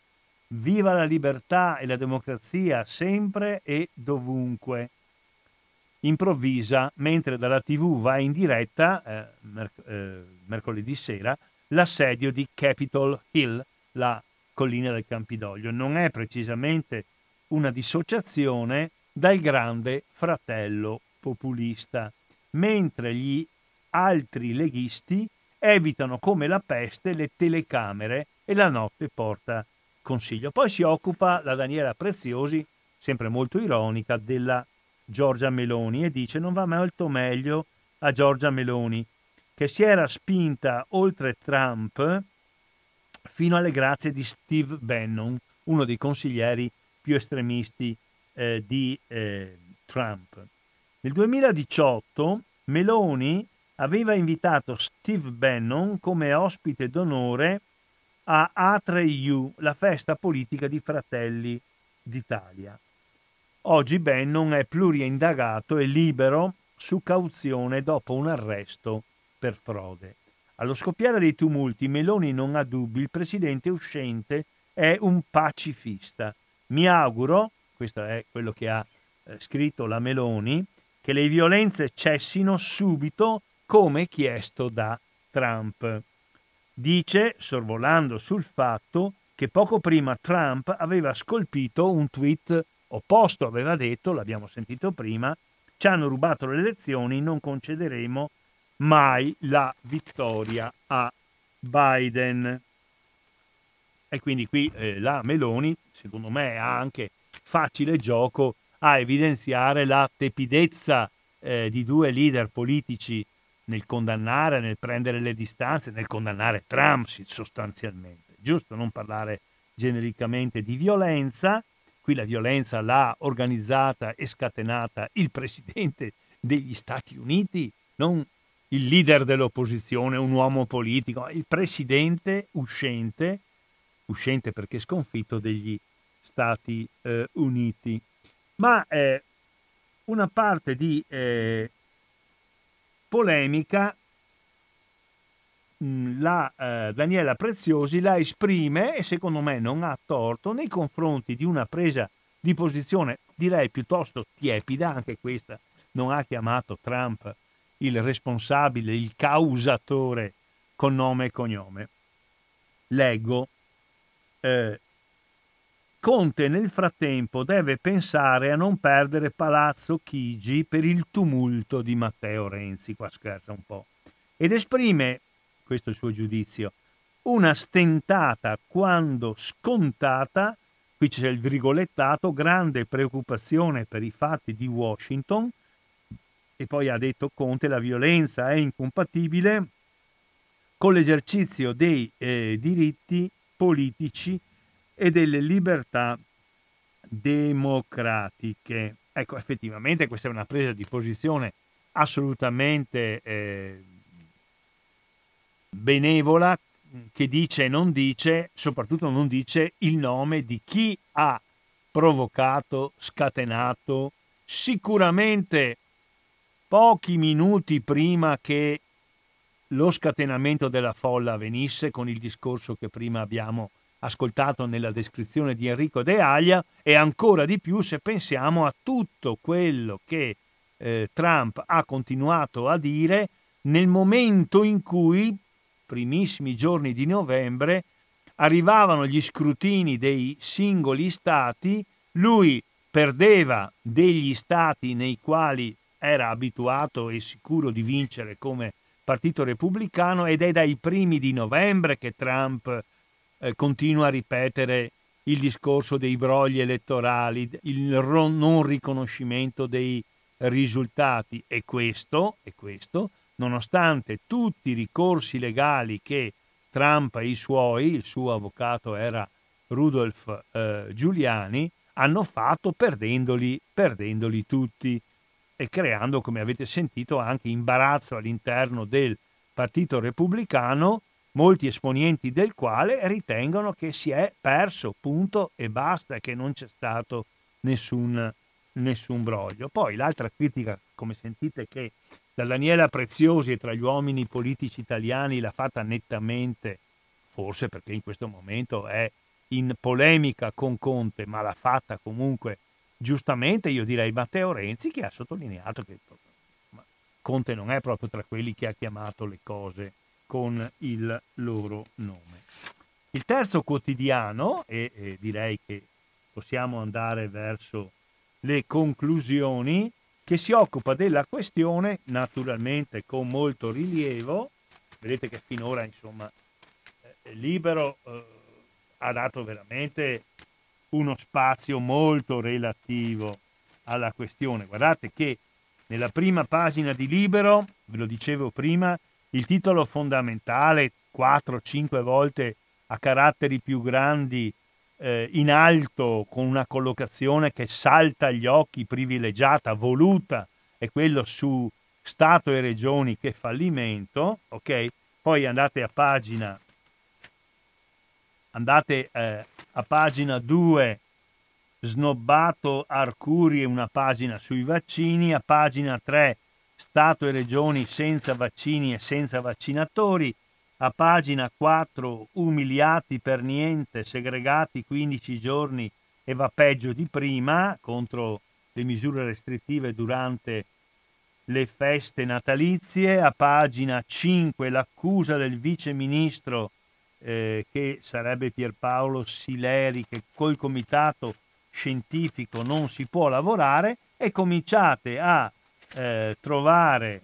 Viva la libertà e la democrazia sempre e dovunque. Improvvisa, mentre dalla tivù va in diretta eh, merc- eh, mercoledì sera, l'assedio di Capitol Hill, la collina del Campidoglio. Non è precisamente una dissociazione dal grande fratello populista, mentre gli altri leghisti evitano come la peste le telecamere e la notte porta consiglio. Poi si occupa la Daniela Preziosi, sempre molto ironica, della Giorgia Meloni e dice: non va molto meglio a Giorgia Meloni, che si era spinta oltre Trump fino alle grazie di Steve Bannon, uno dei consiglieri più estremisti eh, di eh, Trump. Nel duemiladiciotto Meloni aveva invitato Steve Bannon come ospite d'onore a A tre U, la festa politica di Fratelli d'Italia. Oggi Bannon è pluriindagato e libero su cauzione dopo un arresto per frode. Allo scoppiare dei tumulti Meloni non ha dubbi, il presidente uscente è un pacifista. Mi auguro, questo è quello che ha eh, scritto la Meloni, che le violenze cessino subito come chiesto da Trump. Dice, sorvolando sul fatto, che poco prima Trump aveva scolpito un tweet opposto, aveva detto, l'abbiamo sentito prima, ci hanno rubato le elezioni, non concederemo mai la vittoria a Biden. E quindi qui eh, la Meloni, secondo me, ha anche facile gioco a evidenziare la tepidezza eh, di due leader politici nel condannare, nel prendere le distanze, nel condannare Trump sostanzialmente. Giusto non parlare genericamente di violenza. Qui la violenza l'ha organizzata e scatenata il presidente degli Stati Uniti, non il leader dell'opposizione, un uomo politico, il presidente uscente, uscente perché sconfitto, degli Stati eh, Uniti. Ma eh, una parte di eh, polemica mh, la eh, Daniela Preziosi la esprime, e secondo me non ha torto, nei confronti di una presa di posizione direi piuttosto tiepida. Anche questa non ha chiamato Trump il responsabile, il causatore con nome e cognome. Leggo: eh, Conte nel frattempo deve pensare a non perdere Palazzo Chigi per il tumulto di Matteo Renzi. Qua scherza un po'. Ed esprime, questo è il suo giudizio, una stentata quando scontata, qui c'è il virgolettato, grande preoccupazione per i fatti di Washington. E poi ha detto Conte: la violenza è incompatibile con l'esercizio dei eh, diritti politici e delle libertà democratiche. Ecco, effettivamente questa è una presa di posizione assolutamente eh, benevola, che dice e non dice, soprattutto non dice il nome di chi ha provocato, scatenato, sicuramente pochi minuti prima che lo scatenamento della folla avvenisse, con il discorso che prima abbiamo ascoltato nella descrizione di Enrico De Aglia, e ancora di più se pensiamo a tutto quello che eh, Trump ha continuato a dire nel momento in cui, primissimi giorni di novembre, arrivavano gli scrutini dei singoli stati, lui perdeva degli stati nei quali era abituato e sicuro di vincere come Partito Repubblicano, ed è dai primi di novembre che Trump eh, continua a ripetere il discorso dei brogli elettorali, il non riconoscimento dei risultati. E questo, e questo nonostante tutti i ricorsi legali che Trump e i suoi, il suo avvocato era Rudolph eh, Giuliani, hanno fatto, perdendoli, perdendoli tutti, e creando, come avete sentito, anche imbarazzo all'interno del Partito Repubblicano, molti esponenti del quale ritengono che si è perso, punto e basta, che non c'è stato nessun, nessun broglio. Poi l'altra critica, come sentite, che da Daniela Preziosi e tra gli uomini politici italiani l'ha fatta nettamente, forse perché in questo momento è in polemica con Conte, ma l'ha fatta comunque giustamente, io direi Matteo Renzi, che ha sottolineato che Conte non è proprio tra quelli che ha chiamato le cose con il loro nome. Il terzo quotidiano, e, e direi che possiamo andare verso le conclusioni, che si occupa della questione, naturalmente con molto rilievo. Vedete che finora, insomma, eh, Libero eh, ha dato veramente uno spazio molto relativo alla questione. Guardate che nella prima pagina di Libero, ve lo dicevo prima, il titolo fondamentale, quattro cinque volte a caratteri più grandi, eh, in alto, con una collocazione che salta agli occhi, privilegiata, voluta, è quello su Stato e Regioni, che fallimento, ok? Poi andate a pagina, andate eh, a pagina due, snobbato Arcuri, una pagina sui vaccini, a pagina tre Stato e Regioni senza vaccini e senza vaccinatori, a pagina quattro umiliati per niente, segregati quindici giorni e va peggio di prima, contro le misure restrittive durante le feste natalizie, a pagina cinque l'accusa del vice ministro eh, che sarebbe Pierpaolo Sileri, che col comitato scientifico non si può lavorare, e cominciate a eh, trovare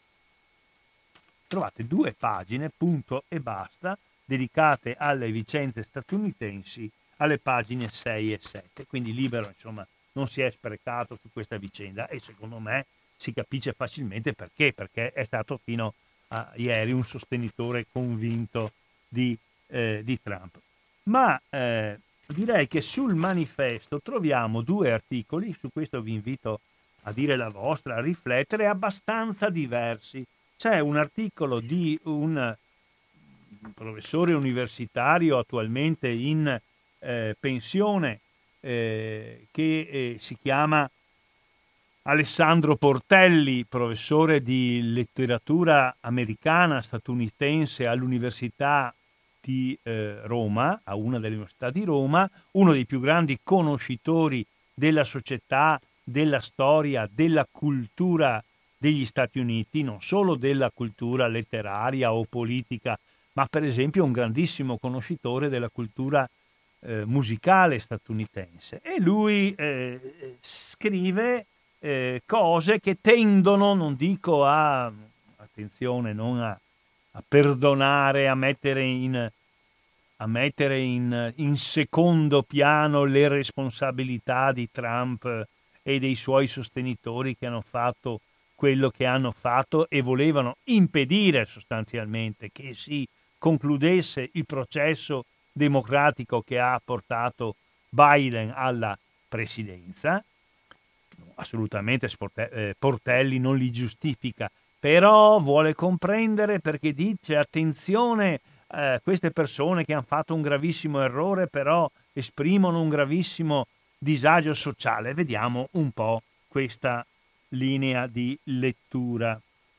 trovate due pagine, punto e basta, dedicate alle vicende statunitensi, alle pagine sei e sette. Quindi Libero, insomma, non si è sprecato su questa vicenda, e secondo me si capisce facilmente perché, perché è stato fino a ieri un sostenitore convinto di, eh, di Trump. Ma eh, direi che sul Manifesto troviamo due articoli, su questo vi invito a dire la vostra, a riflettere, abbastanza diversi. C'è un articolo di un professore universitario attualmente in eh, pensione eh, che eh, si chiama Alessandro Portelli, professore di letteratura americana statunitense all'Università di eh, Roma, a una delle università di Roma, uno dei più grandi conoscitori della società, della storia, della cultura degli Stati Uniti, non solo della cultura letteraria o politica, ma per esempio un grandissimo conoscitore della cultura eh, musicale statunitense. E lui eh, scrive eh, cose che tendono, non dico a, attenzione, non a, a perdonare, a mettere in a mettere in, in secondo piano le responsabilità di Trump e dei suoi sostenitori che hanno fatto quello che hanno fatto e volevano impedire sostanzialmente che si concludesse il processo democratico che ha portato Biden alla presidenza. Assolutamente Portelli non li giustifica, però vuole comprendere, perché dice attenzione, eh, queste persone che hanno fatto un gravissimo errore però esprimono un gravissimo disagio sociale. Vediamo un po' questa linea di lettura.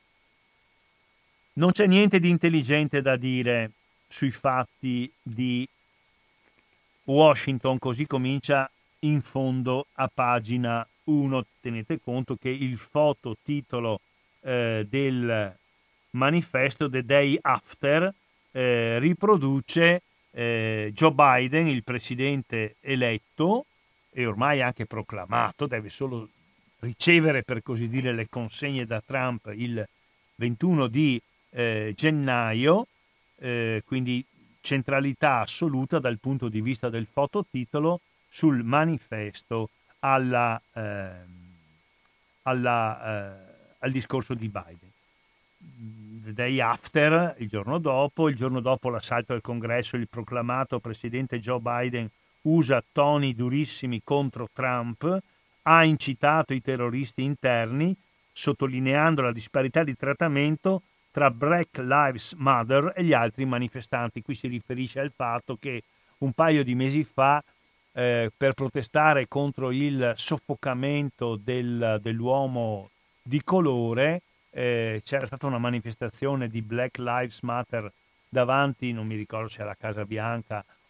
Non c'è niente di intelligente da dire sui fatti di Washington, così comincia in fondo a pagina uno. Tenete conto che il fototitolo eh, del manifesto, The Day After, eh, riproduce eh, Joe Biden, il presidente eletto e ormai anche proclamato, deve solo ricevere, per così dire, le consegne da Trump il ventuno di eh, gennaio, eh, quindi centralità assoluta dal punto di vista del fototitolo sul manifesto alla, eh, alla, eh, al discorso di Biden. The day after, il giorno dopo, il giorno dopo l'assalto al Congresso, il proclamato presidente Joe Biden usa toni durissimi contro Trump, ha incitato i terroristi interni, sottolineando la disparità di trattamento tra Black Lives Matter e gli altri manifestanti. Qui si riferisce al fatto che un paio di mesi fa, eh, per protestare contro il soffocamento del, dell'uomo di colore, eh, c'era stata una manifestazione di Black Lives Matter davanti, non mi ricordo se alla Casa Bianca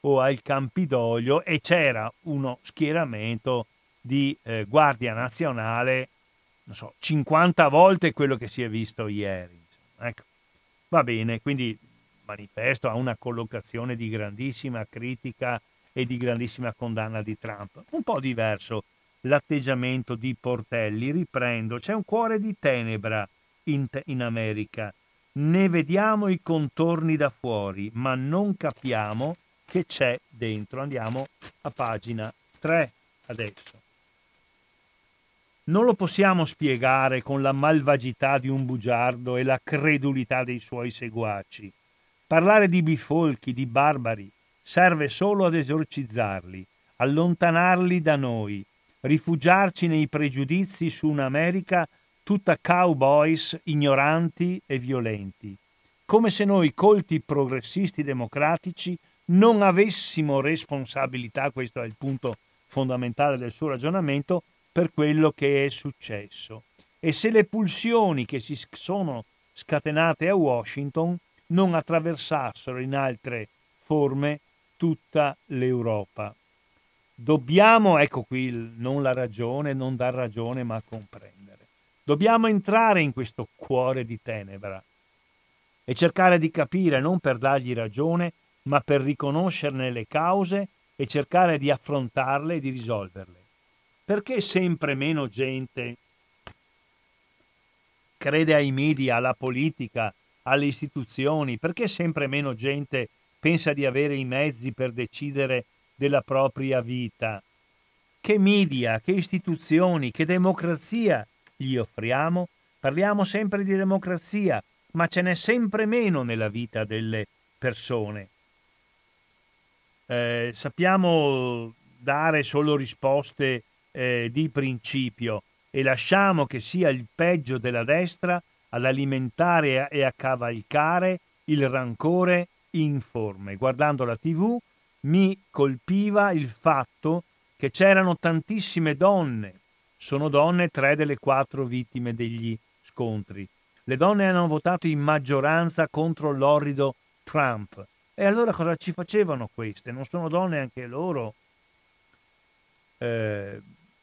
o al Campidoglio, e c'era uno schieramento di eh, Guardia Nazionale, non so, cinquanta volte quello che si è visto ieri. Ecco, va bene, quindi manifesto ha una collocazione di grandissima critica e di grandissima condanna di Trump. Un po' diverso l'atteggiamento di Portelli, riprendo, c'è un cuore di tenebra in, te- in America, ne vediamo i contorni da fuori, ma non capiamo che c'è dentro. Andiamo a pagina tre adesso. Non lo possiamo spiegare con la malvagità di un bugiardo e la credulità dei suoi seguaci. Parlare di bifolchi, di barbari, serve solo ad esorcizzarli, allontanarli da noi, rifugiarci nei pregiudizi su un'America tutta cowboys, ignoranti e violenti. Come se noi, colti progressisti democratici, non avessimo responsabilità, questo è il punto fondamentale del suo ragionamento, per quello che è successo. E se le pulsioni che si sono scatenate a Washington non attraversassero in altre forme tutta l'Europa. Dobbiamo, ecco qui non la ragione, non dar ragione, ma comprendere. Dobbiamo entrare in questo cuore di tenebra e cercare di capire, non per dargli ragione, ma per riconoscerne le cause e cercare di affrontarle e di risolverle. Perché sempre meno gente crede ai media, alla politica, alle istituzioni? Perché sempre meno gente pensa di avere i mezzi per decidere della propria vita? Che media, che istituzioni, che democrazia gli offriamo? Parliamo sempre di democrazia, ma ce n'è sempre meno nella vita delle persone. Eh, sappiamo dare solo risposte eh, di principio e lasciamo che sia il peggio della destra ad alimentare e a cavalcare il rancore informe. Guardando la tivù mi colpiva il fatto che c'erano tantissime donne, sono donne tre delle quattro vittime degli scontri. Le donne hanno votato in maggioranza contro l'orrido Trump. E allora cosa ci facevano queste? Non sono donne anche loro? Eh,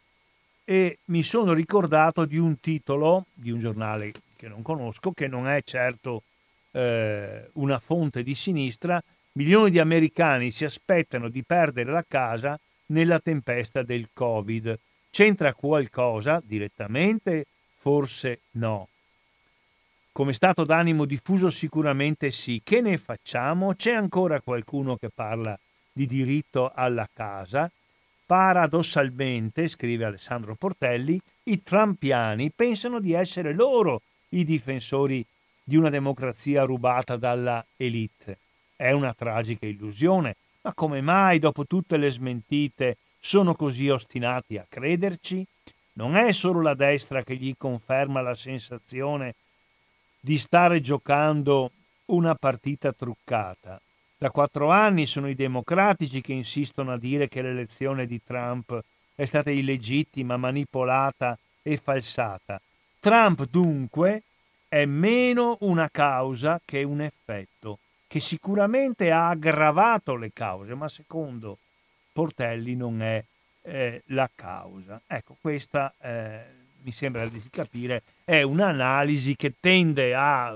e mi sono ricordato di un titolo di un giornale che non conosco, che non è certo eh, una fonte di sinistra. Milioni di americani si aspettano di perdere la casa nella tempesta del Covid. C'entra qualcosa direttamente? Forse no. Come stato d'animo diffuso sicuramente sì. Che ne facciamo? C'è ancora qualcuno che parla di diritto alla casa? Paradossalmente, scrive Alessandro Portelli, i trumpiani pensano di essere loro i difensori di una democrazia rubata dalla elite. È una tragica illusione, ma come mai dopo tutte le smentite sono così ostinati a crederci? Non è solo la destra che gli conferma la sensazione di stare giocando una partita truccata. Da quattro anni sono i democratici che insistono a dire che l'elezione di Trump è stata illegittima, manipolata e falsata. Trump dunque è meno una causa che un effetto, che sicuramente ha aggravato le cause, ma secondo Portelli non è eh, la causa. Ecco, questa eh, mi sembra di capire è un'analisi che tende a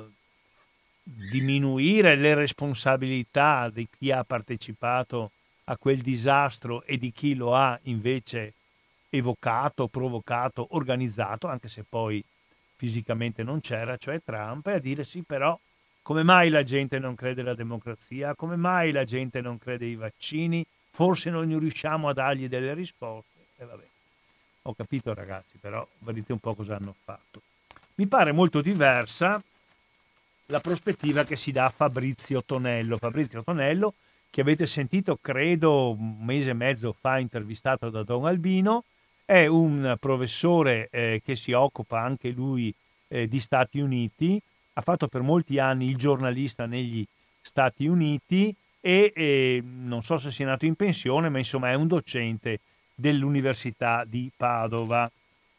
diminuire le responsabilità di chi ha partecipato a quel disastro e di chi lo ha invece evocato, provocato, organizzato, anche se poi fisicamente non c'era, cioè Trump, e a dire sì, però come mai la gente non crede alla democrazia, come mai la gente non crede ai vaccini, forse non riusciamo a dargli delle risposte. E vabbè, ho capito ragazzi, però vedete un po' cosa hanno fatto. Mi pare molto diversa la prospettiva che si dà a Fabrizio Tonello. Fabrizio Tonello, che avete sentito, credo, un mese e mezzo fa, intervistato da Don Albino, è un professore eh, che si occupa anche lui eh, di Stati Uniti, ha fatto per molti anni il giornalista negli Stati Uniti e eh, non so se sia andato in pensione, ma insomma è un docente dell'Università di Padova.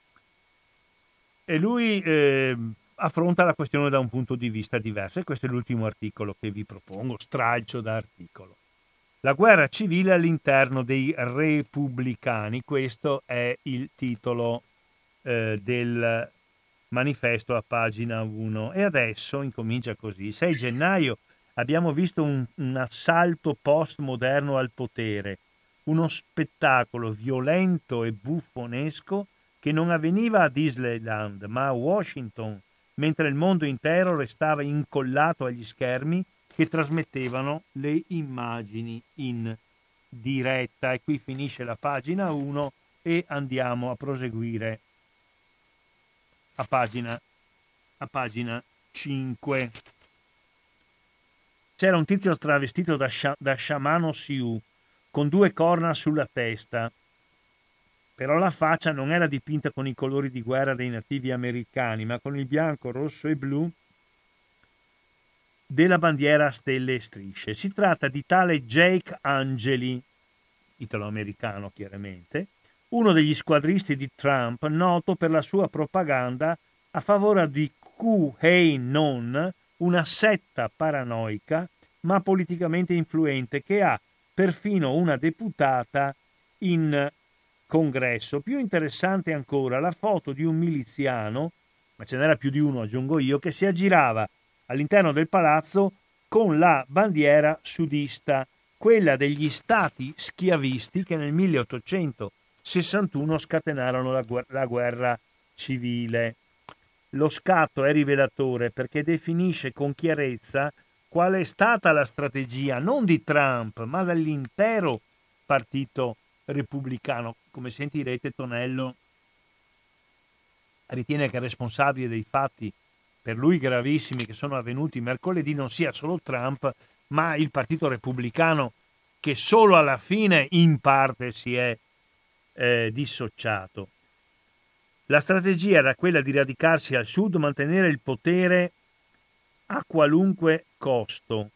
E lui eh, affronta la questione da un punto di vista diverso, e questo è l'ultimo articolo che vi propongo, stralcio da articolo. La guerra civile all'interno dei repubblicani, questo è il titolo eh, del manifesto a pagina uno. E adesso incomincia così. sei gennaio abbiamo visto un, un assalto postmoderno al potere, uno spettacolo violento e buffonesco che non avveniva a Disneyland ma a Washington, mentre il mondo intero restava incollato agli schermi che trasmettevano le immagini in diretta. E qui finisce la pagina uno e andiamo a proseguire a pagina, a pagina cinque. C'era un tizio travestito da, scia, da sciamano Sioux con due corna sulla testa, però la faccia non era dipinta con i colori di guerra dei nativi americani, ma con il bianco, rosso e blu della bandiera a stelle e strisce. Si tratta di tale Jake Angeli, italo-americano chiaramente, uno degli squadristi di Trump, noto per la sua propaganda a favore di QAnon, una setta paranoica ma politicamente influente che ha perfino una deputata in congresso. Più interessante ancora la foto di un miliziano, ma ce n'era più di uno aggiungo io, che si aggirava all'interno del palazzo con la bandiera sudista, quella degli stati schiavisti che nel milleottocentosessantuno scatenarono la guerra, la guerra civile. Lo scatto è rivelatore perché definisce con chiarezza qual è stata la strategia non di Trump ma dell'intero partito repubblicano. Come sentirete, Tonello ritiene che il responsabile dei fatti per lui gravissimi che sono avvenuti mercoledì non sia solo Trump, ma il Partito Repubblicano, che solo alla fine in parte si è eh, dissociato. La strategia era quella di radicarsi al sud, mantenere il potere a qualunque costo.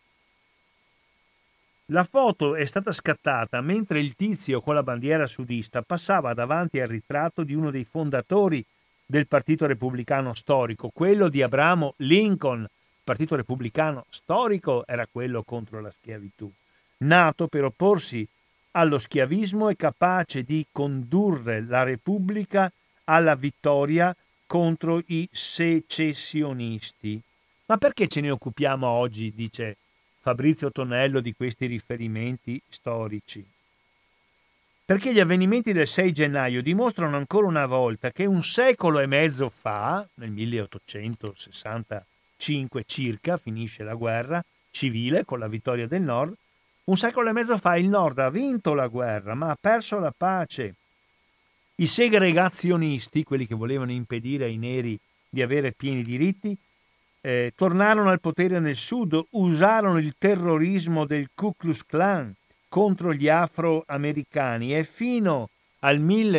La foto è stata scattata mentre il tizio con la bandiera sudista passava davanti al ritratto di uno dei fondatori del Partito Repubblicano storico, quello di Abramo Lincoln. Il Partito Repubblicano storico era quello contro la schiavitù, nato per opporsi allo schiavismo e capace di condurre la Repubblica alla vittoria contro i secessionisti. Ma perché ce ne occupiamo oggi, dice Fabrizio Tonello, di questi riferimenti storici? Perché gli avvenimenti del sei gennaio dimostrano ancora una volta che un secolo e mezzo fa, nel milleottocentosessantacinque circa, finisce la guerra civile con la vittoria del Nord, un secolo e mezzo fa il Nord ha vinto la guerra ma ha perso la pace. I segregazionisti, quelli che volevano impedire ai neri di avere pieni diritti, eh, tornarono al potere nel Sud, usarono il terrorismo del Ku Klux Klan contro gli afroamericani e fino al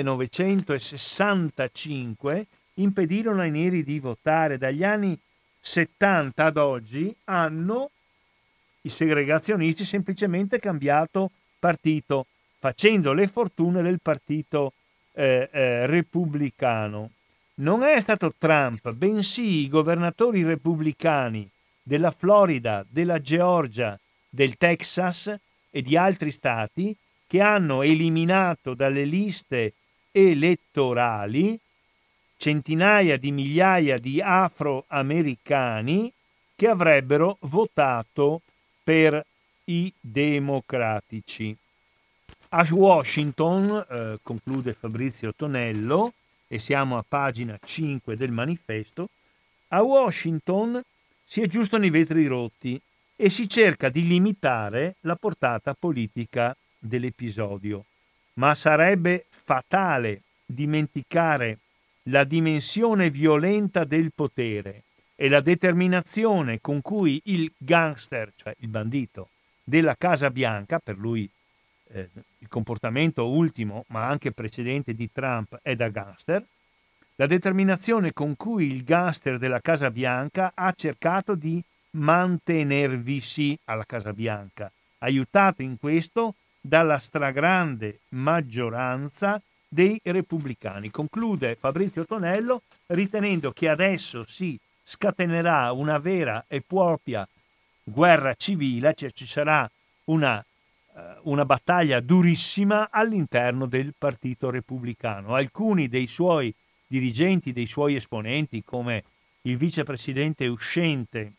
millenovecentosessantacinque impedirono ai neri di votare. Dagli anni settanta ad oggi hanno i segregazionisti semplicemente cambiato partito, facendo le fortune del partito eh, eh, repubblicano. Non è stato Trump, bensì i governatori repubblicani della Florida, della Georgia, del Texas e di altri stati che hanno eliminato dalle liste elettorali centinaia di migliaia di afroamericani che avrebbero votato per i democratici. A Washington, eh, conclude Fabrizio Tonello, e siamo a pagina cinque del manifesto, a Washington si aggiustano i vetri rotti e si cerca di limitare la portata politica dell'episodio. Ma sarebbe fatale dimenticare la dimensione violenta del potere e la determinazione con cui il gangster, cioè il bandito, della Casa Bianca, per lui eh, il comportamento ultimo ma anche precedente di Trump è da gangster, la determinazione con cui il gangster della Casa Bianca ha cercato di mantenervisi alla Casa Bianca, aiutato in questo dalla stragrande maggioranza dei repubblicani. Conclude Fabrizio Tonello ritenendo che adesso si scatenerà una vera e propria guerra civile, cioè ci sarà una, una battaglia durissima all'interno del Partito Repubblicano. Alcuni dei suoi dirigenti, dei suoi esponenti, come il vicepresidente uscente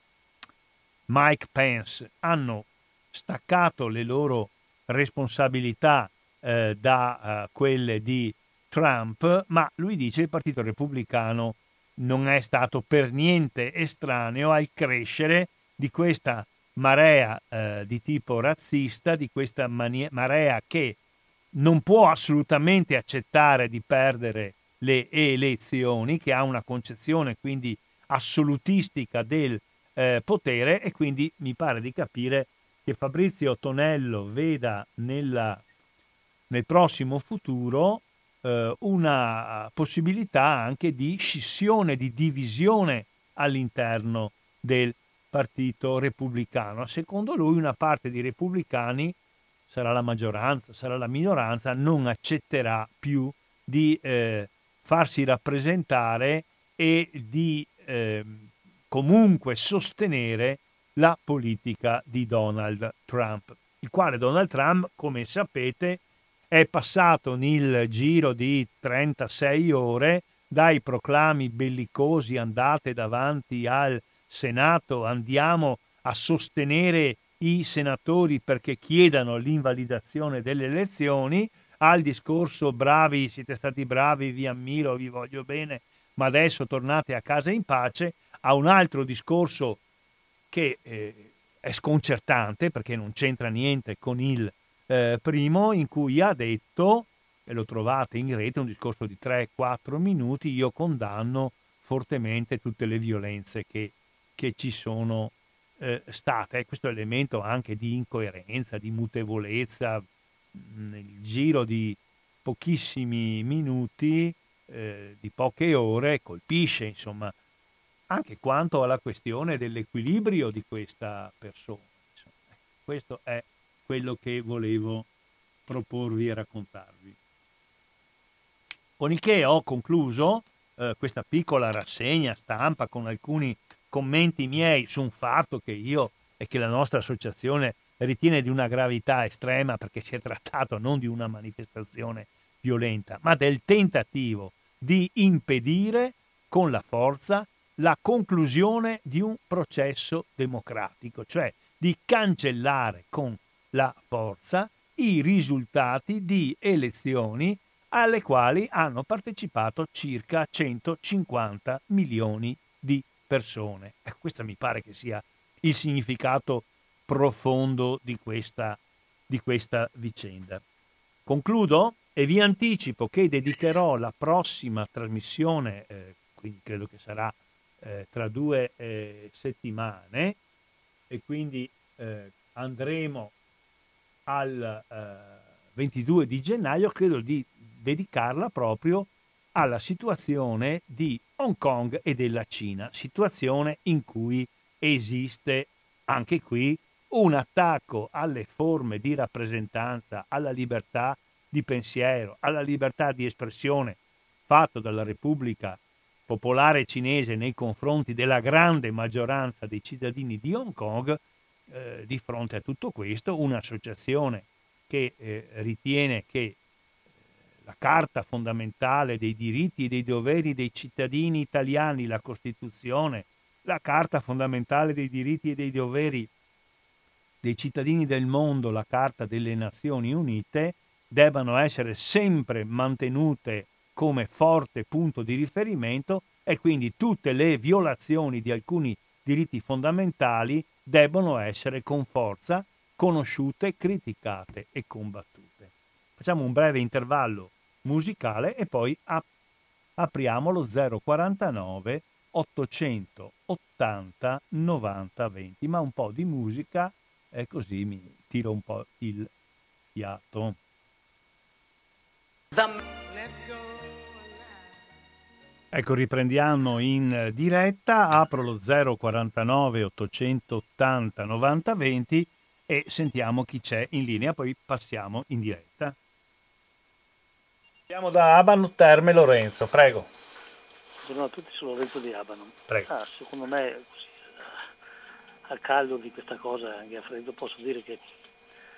Mike Pence, hanno staccato le loro responsabilità eh, da uh, quelle di Trump, ma lui dice che il Partito Repubblicano non è stato per niente estraneo al crescere di questa marea eh, di tipo razzista, di questa mania- marea che non può assolutamente accettare di perdere le elezioni, che ha una concezione quindi assolutistica del eh, potere, e quindi mi pare di capire che Fabrizio Tonello veda nella, nel prossimo futuro eh, una possibilità anche di scissione, di divisione all'interno del Partito Repubblicano. Secondo lui una parte di repubblicani, sarà la maggioranza, sarà la minoranza, non accetterà più di eh, farsi rappresentare e di eh, comunque sostenere la politica di Donald Trump, il quale Donald Trump, come sapete, è passato nel giro di trentasei ore dai proclami bellicosi: andate davanti al Senato, andiamo a sostenere i senatori perché chiedano l'invalidazione delle elezioni, al discorso bravi, siete stati bravi, vi ammiro, vi voglio bene, ma adesso tornate a casa in pace, a un altro discorso che eh, è sconcertante perché non c'entra niente con il eh, primo, in cui ha detto, e lo trovate in rete, un discorso di tre quattro minuti: io condanno fortemente tutte le violenze che, che ci sono eh, state. Questo elemento anche di incoerenza, di mutevolezza, nel giro di pochissimi minuti, eh, di poche ore, colpisce, insomma, anche quanto alla questione dell'equilibrio di questa persona. Insomma, questo è quello che volevo proporvi e raccontarvi. Con il che ho concluso eh, questa piccola rassegna stampa con alcuni commenti miei su un fatto che io e che la nostra associazione ritiene di una gravità estrema, perché si è trattato non di una manifestazione violenta, ma del tentativo di impedire con la forza la conclusione di un processo democratico, cioè di cancellare con la forza i risultati di elezioni alle quali hanno partecipato circa centocinquanta milioni di persone. Ecco, questo mi pare che sia il significato profondo di questa, di questa vicenda. Concludo e vi anticipo che dedicherò la prossima trasmissione, eh, quindi credo che sarà eh, tra due eh, settimane, e quindi eh, andremo al eh, ventidue di gennaio, credo di dedicarla proprio alla situazione di Hong Kong e della Cina, situazione in cui esiste anche qui un attacco alle forme di rappresentanza, alla libertà di pensiero, alla libertà di espressione fatto dalla Repubblica Popolare Cinese nei confronti della grande maggioranza dei cittadini di Hong Kong. Eh, di fronte a tutto questo, un'associazione che eh, ritiene che la Carta fondamentale dei diritti e dei doveri dei cittadini italiani, la Costituzione, la Carta fondamentale dei diritti e dei doveri dei cittadini del mondo, la Carta delle Nazioni Unite, debbano essere sempre mantenute come forte punto di riferimento, e quindi tutte le violazioni di alcuni diritti fondamentali debbono essere con forza conosciute, criticate e combattute. Facciamo un breve intervallo musicale e poi ap- apriamo lo zero quarantanove ottocentottanta novanta venti, ma un po' di musica e così mi tiro un po' il fiato. Ecco, riprendiamo in diretta, apro lo zero quarantanove ottocentottanta novanta venti e sentiamo chi c'è in linea, poi passiamo in diretta. Siamo da Abano Terme, Lorenzo, prego. Buongiorno a tutti, sono Lorenzo di Abano. Prego. Ah, secondo me, così, a caldo di questa cosa, anche a freddo, posso dire che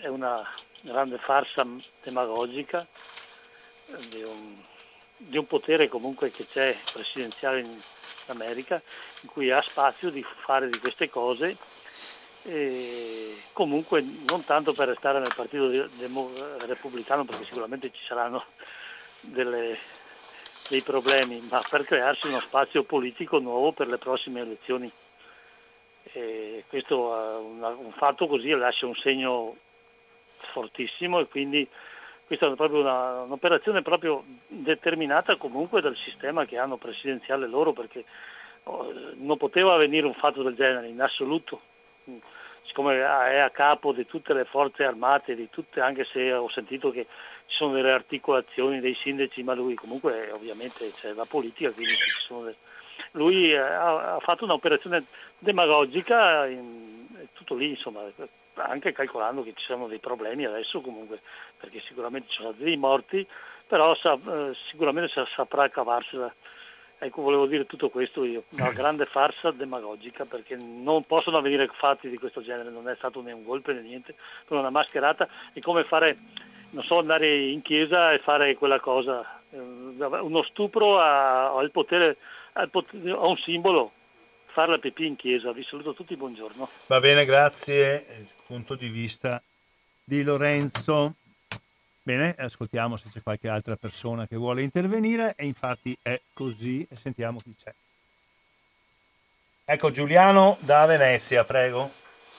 è una grande farsa demagogica di un, di un potere comunque che c'è presidenziale in America, in cui ha spazio di fare di queste cose, e comunque non tanto per restare nel partito demo, repubblicano, perché sicuramente ci saranno delle, dei problemi, ma per crearsi uno spazio politico nuovo per le prossime elezioni. E questo è un, un fatto così lascia un segno fortissimo, e quindi questa è proprio una, un'operazione proprio determinata comunque dal sistema che hanno presidenziale loro, perché oh, non poteva avvenire un fatto del genere in assoluto, siccome è a capo di tutte le forze armate, di tutte, anche se ho sentito che ci sono delle articolazioni dei sindaci, ma lui comunque ovviamente c'è la politica, quindi ci sono delle... lui ha, ha fatto un'operazione demagogica, in, è tutto lì, insomma, anche calcolando che ci sono dei problemi adesso comunque, perché sicuramente ci sono dei morti, però sa, eh, sicuramente saprà cavarsela. Ecco, volevo dire tutto questo io, una grande farsa demagogica, perché non possono avvenire fatti di questo genere, non è stato né un golpe né niente, per una mascherata. È come fare, non so, andare in chiesa e fare quella cosa, eh, uno stupro a, al potere, al potere, a un simbolo, fare la pipì in chiesa. Vi saluto tutti, buongiorno. Va bene, grazie. Il punto di vista di Lorenzo. Bene, ascoltiamo se c'è qualche altra persona che vuole intervenire, e infatti è così, e sentiamo chi c'è. Ecco, Giuliano da Venezia, prego.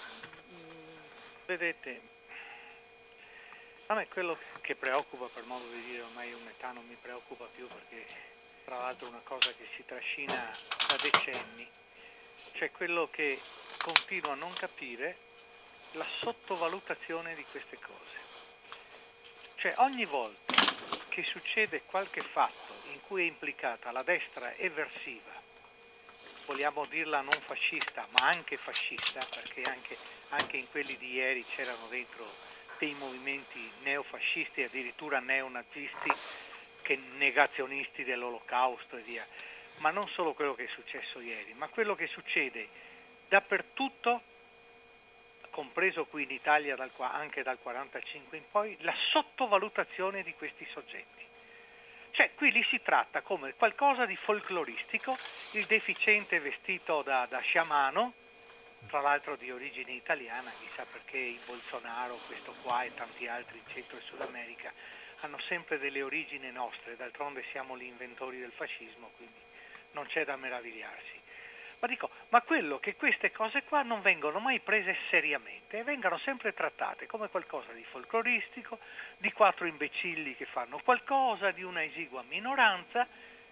Vedete, a me quello che preoccupa, per modo di dire, ormai un'età non mi preoccupa più, perché tra l'altro è una cosa che si trascina da decenni, cioè quello che continuo a non capire, la sottovalutazione di queste cose. Cioè ogni volta che succede qualche fatto in cui è implicata la destra eversiva, vogliamo dirla non fascista, ma anche fascista, perché anche, anche in quelli di ieri c'erano dentro dei movimenti neofascisti, addirittura neonazisti, che negazionisti dell'olocausto e via. Ma non solo quello che è successo ieri, ma quello che succede dappertutto, compreso qui in Italia dal, anche dal quarantacinque in poi, la sottovalutazione di questi soggetti. Cioè qui li si tratta come qualcosa di folcloristico, il deficiente vestito da, da sciamano, tra l'altro di origine italiana, chissà perché il Bolsonaro, questo qua e tanti altri in Centro e Sud America hanno sempre delle origini nostre, d'altronde siamo gli inventori del fascismo, quindi non c'è da meravigliarsi. Ma dico, ma quello che queste cose qua non vengono mai prese seriamente e vengono sempre trattate come qualcosa di folcloristico, di quattro imbecilli che fanno qualcosa, di una esigua minoranza,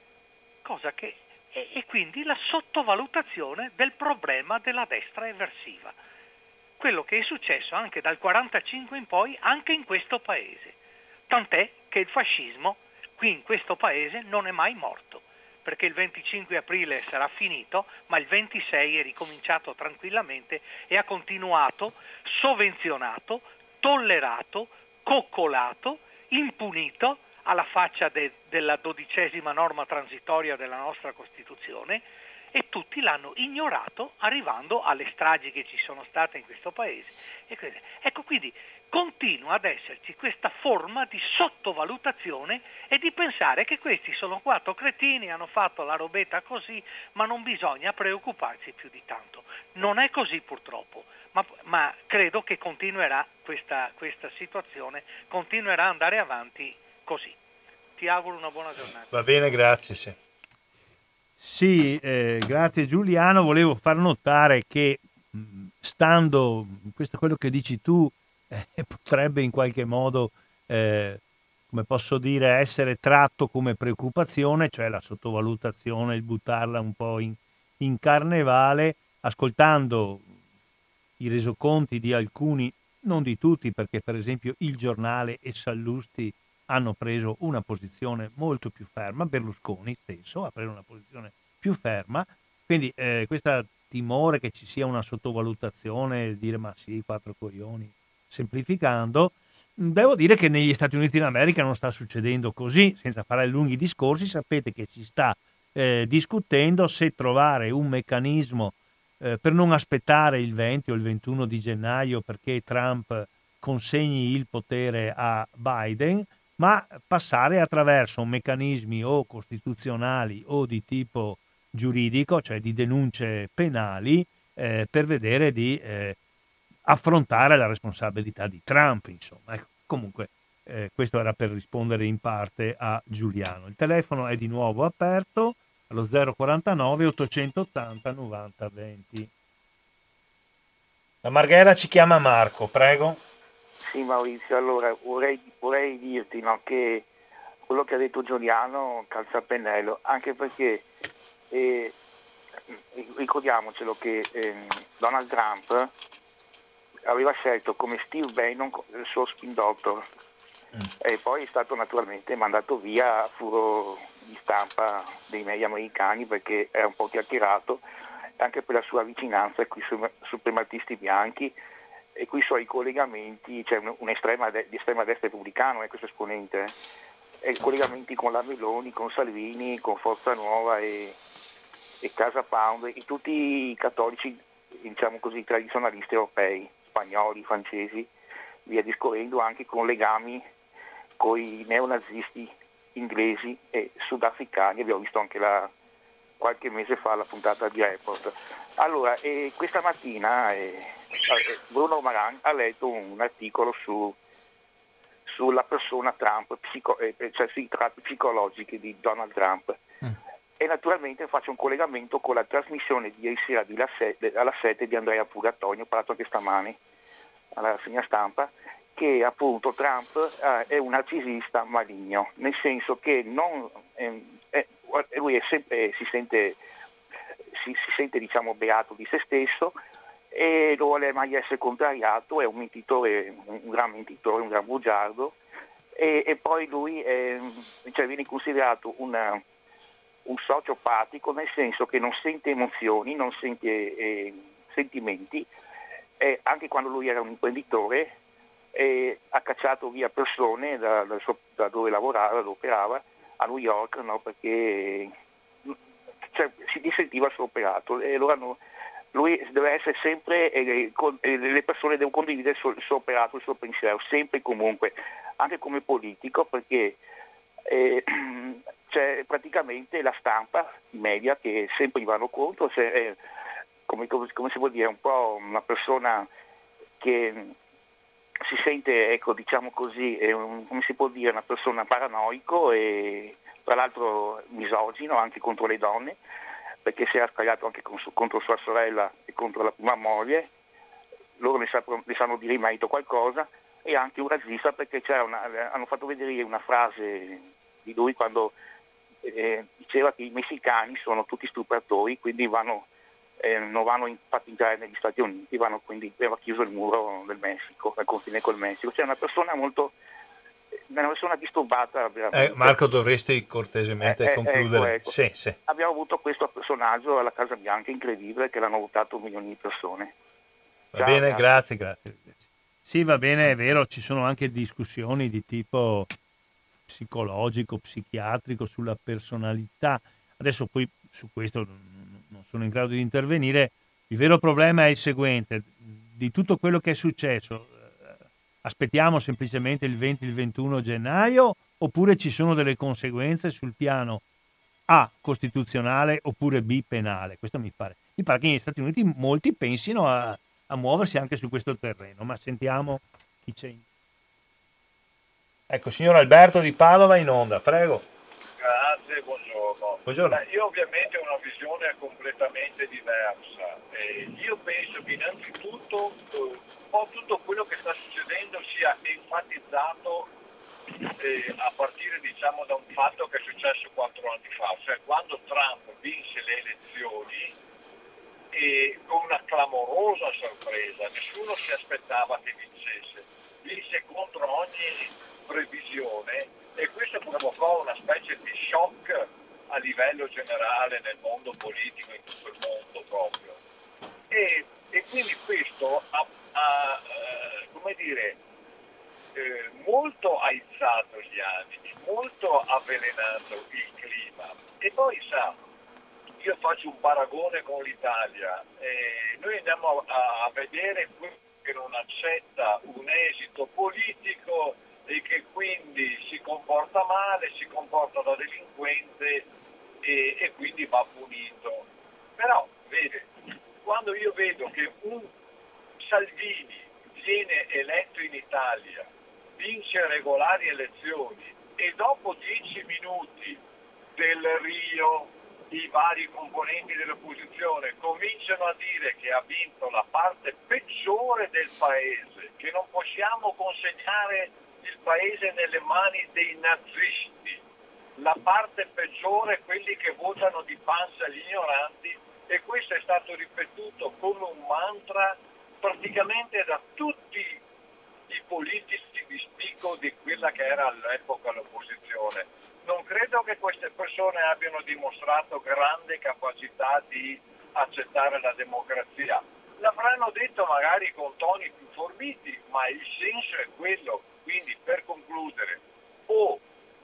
cosa che e, e quindi la sottovalutazione del problema della destra eversiva. Quello che è successo anche dal quarantacinque in poi anche in questo paese. Tant'è che il fascismo qui in questo paese non è mai morto, perché il venticinque aprile sarà finito, ma il ventisei è ricominciato tranquillamente e ha continuato sovvenzionato, tollerato, coccolato, impunito, alla faccia de- della dodicesima norma transitoria della nostra Costituzione, e tutti l'hanno ignorato, arrivando alle stragi che ci sono state in questo paese. E così. Ecco, quindi continua ad esserci questa forma di sottovalutazione e di pensare che questi sono quattro cretini, hanno fatto la robetta così, ma non bisogna preoccuparsi più di tanto. Non è così purtroppo, ma, ma credo che continuerà questa, questa situazione, continuerà ad andare avanti così. Ti auguro una buona giornata. Va bene, grazie. Sì, sì eh, grazie Giuliano. Volevo far notare che stando, questo è quello che dici tu, eh, potrebbe in qualche modo, eh, come posso dire, essere tratto come preoccupazione, cioè la sottovalutazione, il buttarla un po' in, in carnevale, ascoltando i resoconti di alcuni, non di tutti, perché per esempio Il Giornale e Sallusti hanno preso una posizione molto più ferma, Berlusconi stesso ha preso una posizione più ferma, quindi eh, questa timore che ci sia una sottovalutazione, dire ma sì, quattro coglioni, semplificando, devo dire che negli Stati Uniti d'America non sta succedendo così, senza fare lunghi discorsi. Sapete che si sta eh, discutendo se trovare un meccanismo eh, per non aspettare il venti o il ventuno di gennaio, perché Trump consegni il potere a Biden, ma passare attraverso meccanismi o costituzionali o di tipo giuridico, cioè di denunce penali, eh, per vedere di eh, affrontare la responsabilità di Trump, insomma. Ecco, comunque eh, questo era per rispondere in parte a Giuliano. Il telefono è di nuovo aperto allo zero quarantanove ottocentottanta novanta venti. La Marghera ci chiama Marco, prego. Sì, Maurizio, allora vorrei, vorrei dirti, no, che quello che ha detto Giuliano calza a pennello, anche perché eh, ricordiamocelo che eh, Donald Trump aveva scelto come Steve Bannon il suo spin doctor mm. e poi è stato naturalmente mandato via a furo di stampa dei media americani perché era un po' chiacchierato, anche per la sua vicinanza con i suprematisti bianchi e con i suoi collegamenti, c'è cioè un'estrema de- di estrema destra repubblicano, è questo esponente, eh, e collegamenti con la Meloni, con Salvini, con Forza Nuova e, e Casa Pound e tutti i cattolici, diciamo così, tradizionalisti europei, spagnoli, francesi, via discorrendo, anche con legami con i neonazisti inglesi e sudafricani, abbiamo visto anche la, qualche mese fa la puntata di Report. Allora, eh, questa mattina eh, Bruno Maran ha letto un articolo su, sulla persona Trump, psico, eh, cioè sui tratti psicologici di Donald Trump. Mm. E naturalmente faccio un collegamento con la trasmissione di ieri sera di la sette, alla sette di Andrea Purgatonio, ho parlato anche stamani alla segna stampa, che appunto Trump eh, è un narcisista maligno, nel senso che non, eh, eh, lui è sempre, si sente, si, si sente diciamo beato di se stesso e non vuole mai essere contrariato, è un mentitore, un gran mentitore, un gran bugiardo e, e poi lui è, cioè viene considerato una, un sociopatico, nel senso che non sente emozioni, non sente eh, sentimenti, e anche quando lui era un imprenditore eh, ha cacciato via persone da, da, da dove lavorava, da dove operava a New York, no, perché cioè, si sentiva soperato e allora no, lui deve essere sempre, eh, con, eh, le persone devono condividere il suo, il suo operato, il suo pensiero, sempre e comunque, anche come politico, perché eh, c'è praticamente la stampa, i media che sempre gli vanno contro, se, eh, come, come, come si può dire, un po' una persona che si sente, ecco, diciamo così, è un, come si può dire, una persona paranoico e tra l'altro misogino anche contro le donne, perché si era scagliato anche con, contro sua sorella e contro la prima moglie, loro ne, sapranno, ne sanno dire in merito qualcosa, e anche un razzista perché c'era una, hanno fatto vedere una frase di lui quando eh, diceva che i messicani sono tutti stupratori, quindi vanno, eh, non vanno infatti entrare negli Stati Uniti, vanno, quindi aveva chiuso il muro del Messico, al confine col Messico. C'è una persona molto, una persona disturbata veramente. Eh, Marco, dovresti cortesemente eh, concludere. Ecco, ecco. Sì, sì. Abbiamo avuto questo personaggio alla Casa Bianca incredibile che l'hanno votato milioni di persone. Va Ciao, bene, grazie. grazie, grazie. Sì, va bene, è vero, ci sono anche discussioni di tipo psicologico, psichiatrico sulla personalità. Adesso poi su questo non sono in grado di intervenire. Il vero problema è il seguente: di tutto quello che è successo, aspettiamo semplicemente il venti, il ventuno gennaio, oppure ci sono delle conseguenze sul piano A, costituzionale, oppure B, penale? Questo mi pare. Mi pare che negli Stati Uniti molti pensino a, a muoversi anche su questo terreno, ma sentiamo chi c'è. Ecco, signor Alberto di Padova in onda, prego. Grazie, buongiorno. Buongiorno. Beh, io ovviamente ho una visione completamente diversa. Eh, io penso che innanzitutto eh, un po' tutto quello che sta succedendo sia enfatizzato eh, a partire diciamo da un fatto che è successo quattro anni fa, cioè quando Trump vinse le elezioni e con una clamorosa sorpresa, nessuno si aspettava che vincesse, vinse contro ogni previsione e questo provocò una specie di shock a livello generale nel mondo politico, in tutto il mondo proprio. E, e quindi questo ha, ha eh, come dire, eh, molto aizzato gli animi, molto avvelenato il clima. E poi sa, io faccio un paragone con l'Italia, eh, noi andiamo a, a vedere che non accetta un esito politico e che quindi si comporta male, si comporta da delinquente e, e quindi va punito. Però, vede, quando io vedo che un Salvini viene eletto in Italia, vince regolari elezioni e dopo dieci minuti del Rio i vari componenti dell'opposizione cominciano a dire che ha vinto la parte peggiore del paese, che non possiamo consegnare il paese nelle mani dei nazisti, la parte peggiore, quelli che votano di panza gli ignoranti, e questo è stato ripetuto come un mantra praticamente da tutti i politici di spicco di quella che era all'epoca l'opposizione. Non credo che queste persone abbiano dimostrato grande capacità di accettare la democrazia. L'avranno detto magari con toni più forbiti, ma il senso è quello. Quindi, per concludere, o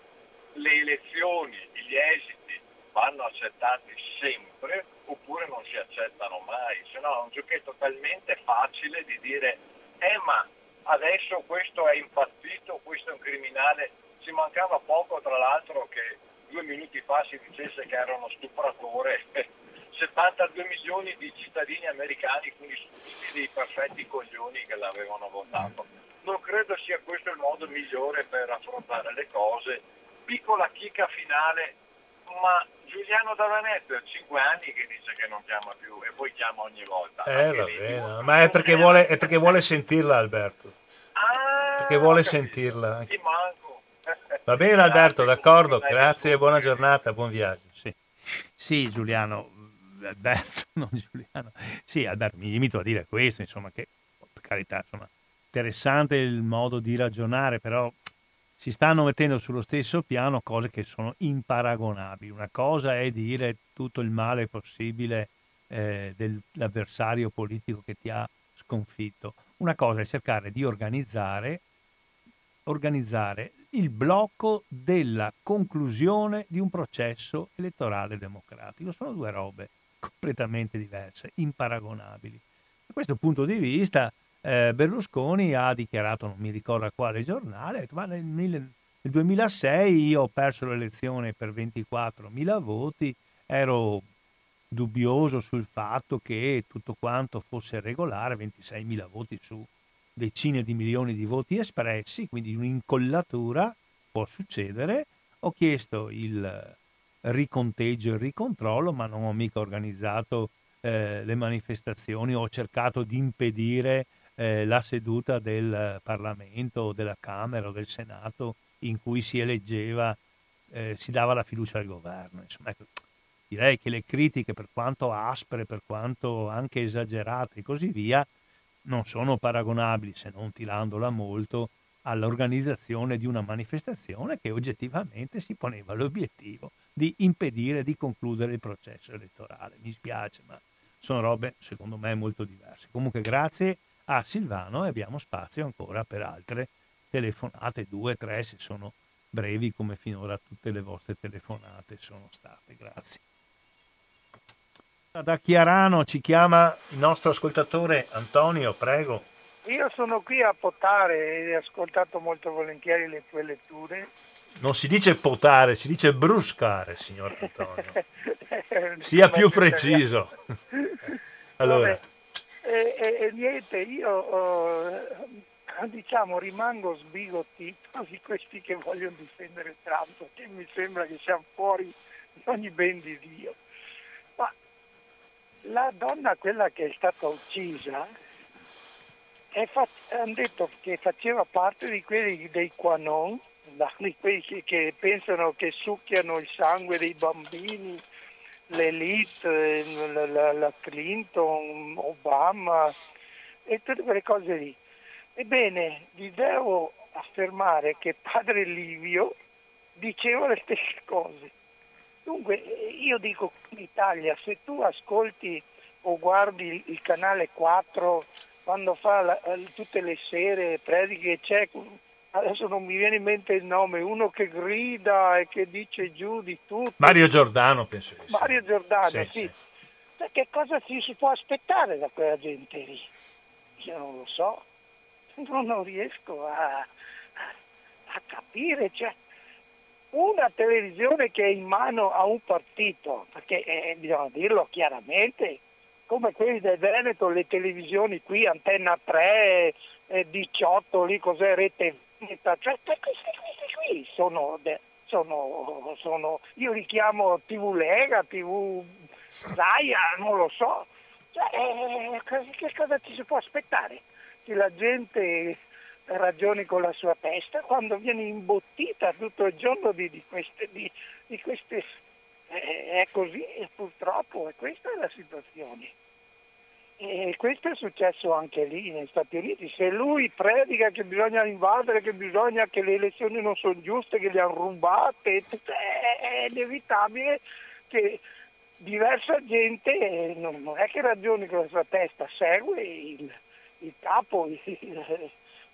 le elezioni, gli esiti vanno accettati sempre, oppure non si accettano mai. Se no è un giochetto talmente facile di dire eh ma adesso questo è impazzito, questo è un criminale. Ci mancava poco, tra l'altro, che due minuti fa si dicesse che era uno stupratore. settantadue milioni di cittadini americani, quindi tutti dei perfetti coglioni che l'avevano votato. Non credo sia questo il modo migliore per affrontare le cose. Piccola chicca finale, ma Giuliano Davanetto è cinque anni che dice che non chiama più e poi chiama ogni volta. Eh, va bene, ma è perché vuole, è perché vuole sentirla, Alberto. Ah, perché vuole capito. sentirla. Ti manco. Va bene Alberto, d'accordo, grazie e buona giornata, buon viaggio. Sì, sì Giuliano, Alberto, non Giuliano. Sì, Alberto, mi limito a dire questo, insomma, che per carità, insomma, interessante il modo di ragionare, però si stanno mettendo sullo stesso piano cose che sono imparagonabili. Una cosa è dire tutto il male possibile eh, dell'avversario politico che ti ha sconfitto. Una cosa è cercare di organizzare organizzare il blocco della conclusione di un processo elettorale democratico. Sono due robe completamente diverse, imparagonabili. Da questo punto di vista eh, Berlusconi ha dichiarato, non mi ricordo a quale giornale, ma nel, nel duemilasei io ho perso l'elezione per ventiquattromila voti, ero dubbioso sul fatto che tutto quanto fosse regolare, ventiseimila voti su decine di milioni di voti espressi, quindi un'incollatura può succedere. Ho chiesto il riconteggio e il ricontrollo, ma non ho mica organizzato eh, le manifestazioni, ho cercato di impedire eh, la seduta del Parlamento o della Camera o del Senato in cui si eleggeva, eh, si dava la fiducia al governo. Insomma, ecco, direi che le critiche, per quanto aspre, per quanto anche esagerate e così via, non sono paragonabili, se non tirandola molto, all'organizzazione di una manifestazione che oggettivamente si poneva l'obiettivo di impedire di concludere il processo elettorale. Mi spiace, ma sono robe, secondo me, molto diverse. Comunque grazie a Silvano e abbiamo spazio ancora per altre telefonate, due, tre, se sono brevi come finora tutte le vostre telefonate sono state. Grazie. Da Chiarano ci chiama il nostro ascoltatore Antonio, prego. Io sono qui a potare e ho ascoltato molto volentieri le tue letture. Non si dice potare, si dice bruscare, signor Antonio. Sia più preciso. Allora. Vabbè, e, e, e niente, io eh, diciamo rimango sbigottito di questi che vogliono difendere Trump, perché mi sembra che siamo fuori di ogni ben di Dio. Ma la donna, quella che è stata uccisa, è fat- hanno detto che faceva parte di quelli dei Qanon, di quelli che, che pensano che succhiano il sangue dei bambini, l'elite, la, la, la Clinton, Obama e tutte quelle cose lì. Ebbene, vi devo affermare che padre Livio diceva le stesse cose. Dunque, io dico in Italia, se tu ascolti o guardi il canale quattro quando fa la, tutte le sere prediche, c'è, adesso non mi viene in mente il nome, uno che grida e che dice giù di tutto. Mario Giordano, penso che sia. Mario Giordano, sì. sì. sì. Che cosa ci si può aspettare da quella gente lì? non lo so, non, non riesco a, a capire, cioè una televisione che è in mano a un partito, perché eh, bisogna dirlo chiaramente, come quelli del Veneto, le televisioni qui, Antenna tre, eh, diciotto, lì cos'è, Rete Veneta, cioè questi, questi qui sono, sono, sono, io li chiamo tivù Lega, tivù Zaia, non lo so, cioè, eh, che cosa ci si può aspettare? Che la gente ragioni con la sua testa quando viene imbottita tutto il giorno di, di queste, di, di queste eh, è così, purtroppo, e questa è la situazione. E questo è successo anche lì negli Stati Uniti. Se lui predica che bisogna invadere, che bisogna che le elezioni non sono giuste, che le hanno rubate, è inevitabile che diversa gente non, non è che ragioni con la sua testa, segue il, il capo. Il, il,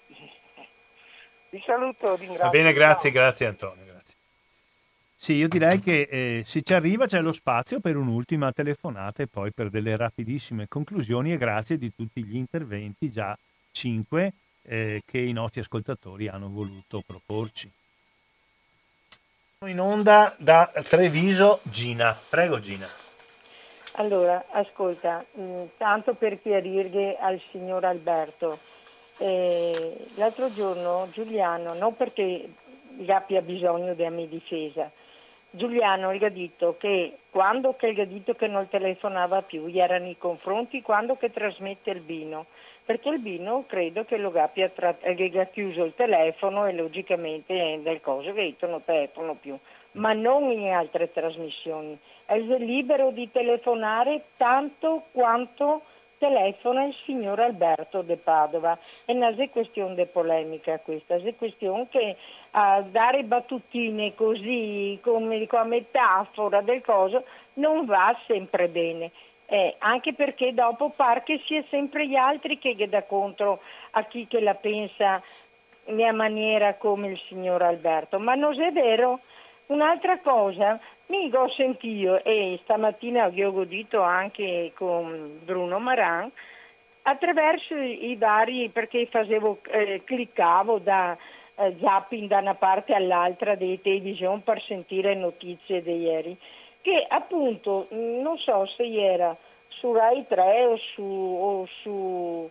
vi saluto, ringrazio. Va bene, grazie, ciao. grazie Antonio, grazie. Sì, io direi che eh, se ci arriva c'è lo spazio per un'ultima telefonata e poi per delle rapidissime conclusioni, e grazie di tutti gli interventi, già cinque, eh, che i nostri ascoltatori hanno voluto proporci. In onda da Treviso, Gina. Prego Gina. Allora, ascolta, mh, tanto per chiarirgli al signor Alberto, eh, l'altro giorno Giuliano, non perché gli abbia bisogno della mia difesa, Giuliano gli ha detto che quando che gli ha detto che non telefonava più, gli erano i confronti quando che trasmette il Bino, perché il Bino credo che lo abbia, tra- gli ha chiuso il telefono e logicamente del coso che detto non telefono più, ma non in altre trasmissioni. È libero di telefonare tanto quanto telefona il signor Alberto de Padova. E non è questione di polemica questa, è questione che a dare battutine così come, come metafora del coso non va sempre bene. Eh, anche perché dopo par che sia sempre gli altri che dà contro a chi che la pensa in una maniera come il signor Alberto. Ma non è vero. Un'altra cosa, mi ho sentito, e stamattina vi ho godito anche con Bruno Maran, attraverso i vari, perché facevo, eh, cliccavo da eh, zapping da una parte all'altra dei televisioni per sentire notizie di ieri, che appunto, non so se era su Rai tre o su, o su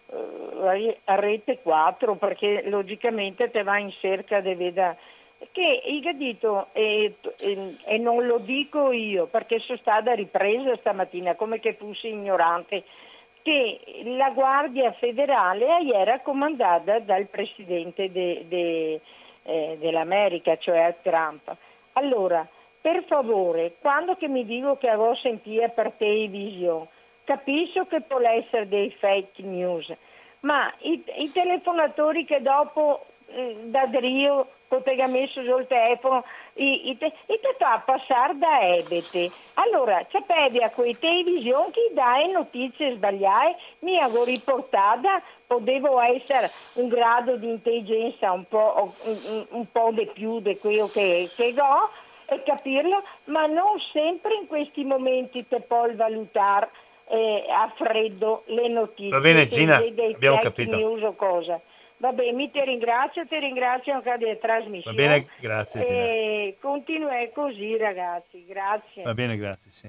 eh, Rete quattro, perché logicamente te va in cerca di vedere, che il dito, e, e, e non lo dico io perché sono stata ripresa stamattina come che fossi ignorante, che la Guardia Federale era comandata dal presidente de, de, eh, dell'America, cioè Trump. Allora, per favore, quando che mi dico che avevo sentito per televisione, capisco che può essere dei fake news, ma i, i telefonatori che dopo eh, da Drio che ha messo sul telefono e, e, te, e te fa passare da ebete. Allora, sapevi a quei televisioni che dai notizie sbagliate, mi avevo riportata, potevo essere un grado di intelligenza un po', un, un po' di più di quello che, che ho e capirlo, ma non sempre in questi momenti te puoi valutare eh, a freddo le notizie. Va bene Gina, dei, dei abbiamo fake capito. News o cosa. Va bene, mi ti ringrazio, ti ringrazio anche delle trasmissioni. Va bene, grazie. E continua così ragazzi, grazie. Va bene, grazie, sì.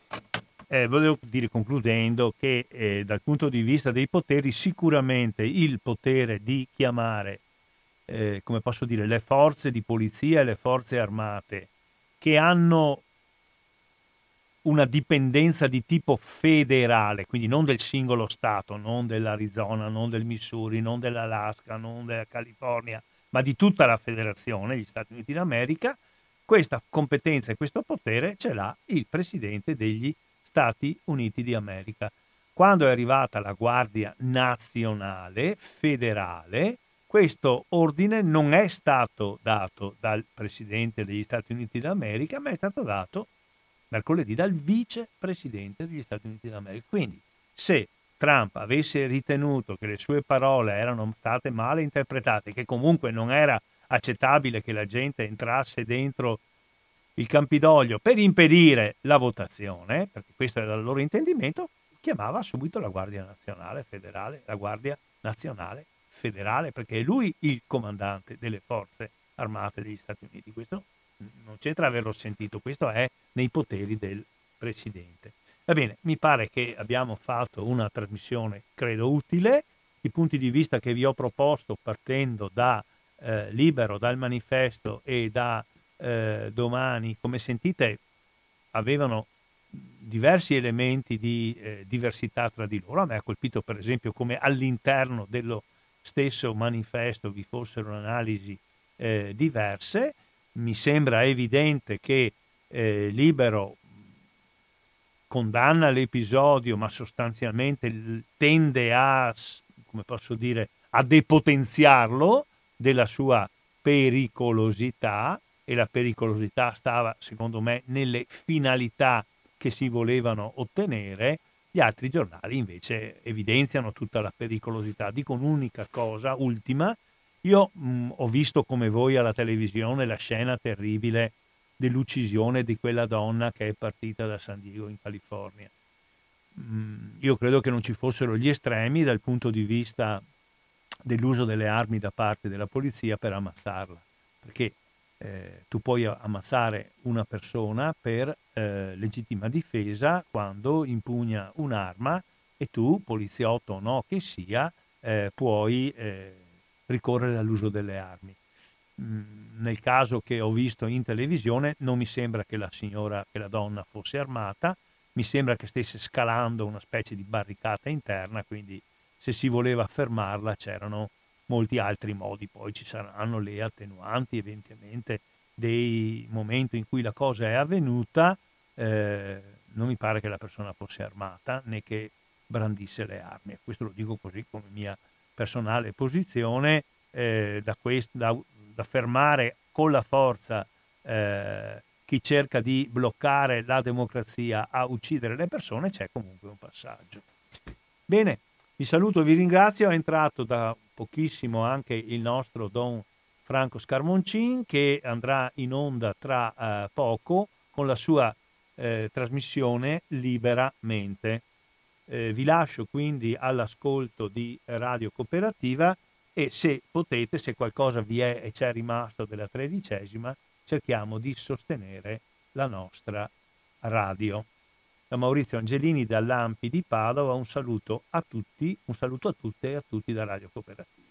Eh, volevo dire, concludendo, che eh, dal punto di vista dei poteri, sicuramente il potere di chiamare, eh, come posso dire, le forze di polizia e le forze armate che hanno una dipendenza di tipo federale, quindi non del singolo stato, non dell'Arizona, non del Missouri, non dell'Alaska, non della California, ma di tutta la federazione, gli Stati Uniti d'America, questa competenza e questo potere ce l'ha il presidente degli Stati Uniti d'America. Quando è arrivata la Guardia Nazionale Federale, questo ordine non è stato dato dal presidente degli Stati Uniti d'America, ma è stato dato mercoledì dal vicepresidente degli Stati Uniti d'America. Quindi, se Trump avesse ritenuto che le sue parole erano state male interpretate, che comunque non era accettabile che la gente entrasse dentro il Campidoglio per impedire la votazione, perché questo era il loro intendimento, chiamava subito la Guardia Nazionale Federale, la Guardia Nazionale Federale, perché è lui il comandante delle forze armate degli Stati Uniti. Questo non c'entra averlo sentito, questo è nei poteri del presidente. Va bene, mi pare che abbiamo fatto una trasmissione, credo, utile. I punti di vista che vi ho proposto partendo da eh, Libero, dal Manifesto e da eh, Domani, come sentite, avevano diversi elementi di eh, diversità tra di loro. A me ha colpito per esempio come all'interno dello stesso manifesto vi fossero analisi eh, diverse. Mi sembra evidente che eh, Libero condanna l'episodio, ma sostanzialmente tende a, come posso dire, a depotenziarlo della sua pericolosità, e la pericolosità stava, secondo me, nelle finalità che si volevano ottenere. Gli altri giornali invece evidenziano tutta la pericolosità. Dico un'unica cosa, ultima. Io mh, ho visto come voi alla televisione la scena terribile dell'uccisione di quella donna che è partita da San Diego in California. Mh, io credo che non ci fossero gli estremi dal punto di vista dell'uso delle armi da parte della polizia per ammazzarla, perché eh, tu puoi ammazzare una persona per eh, legittima difesa quando impugna un'arma, e tu, poliziotto o no che sia, eh, puoi eh, ricorrere all'uso delle armi. Mm, nel caso che ho visto in televisione non mi sembra che la signora, che la donna fosse armata, mi sembra che stesse scalando una specie di barricata interna, quindi se si voleva fermarla c'erano molti altri modi. Poi ci saranno le attenuanti evidentemente dei momenti in cui la cosa è avvenuta. Eh, non mi pare che la persona fosse armata né che brandisse le armi. Questo lo dico così come mia personale posizione. Eh, da, quest- da, da fermare con la forza eh, chi cerca di bloccare la democrazia a uccidere le persone c'è comunque un passaggio. Bene, vi saluto, vi ringrazio. È entrato da pochissimo anche il nostro Don Franco Scarmoncin, che andrà in onda tra eh, poco con la sua eh, trasmissione Liberamente. Eh, vi lascio quindi all'ascolto di Radio Cooperativa, e se potete, se qualcosa vi è e c'è rimasto della tredicesima, cerchiamo di sostenere la nostra radio. Da Maurizio Angelini dall'Ampi di Padova un saluto a tutti, un saluto a tutte e a tutti da Radio Cooperativa.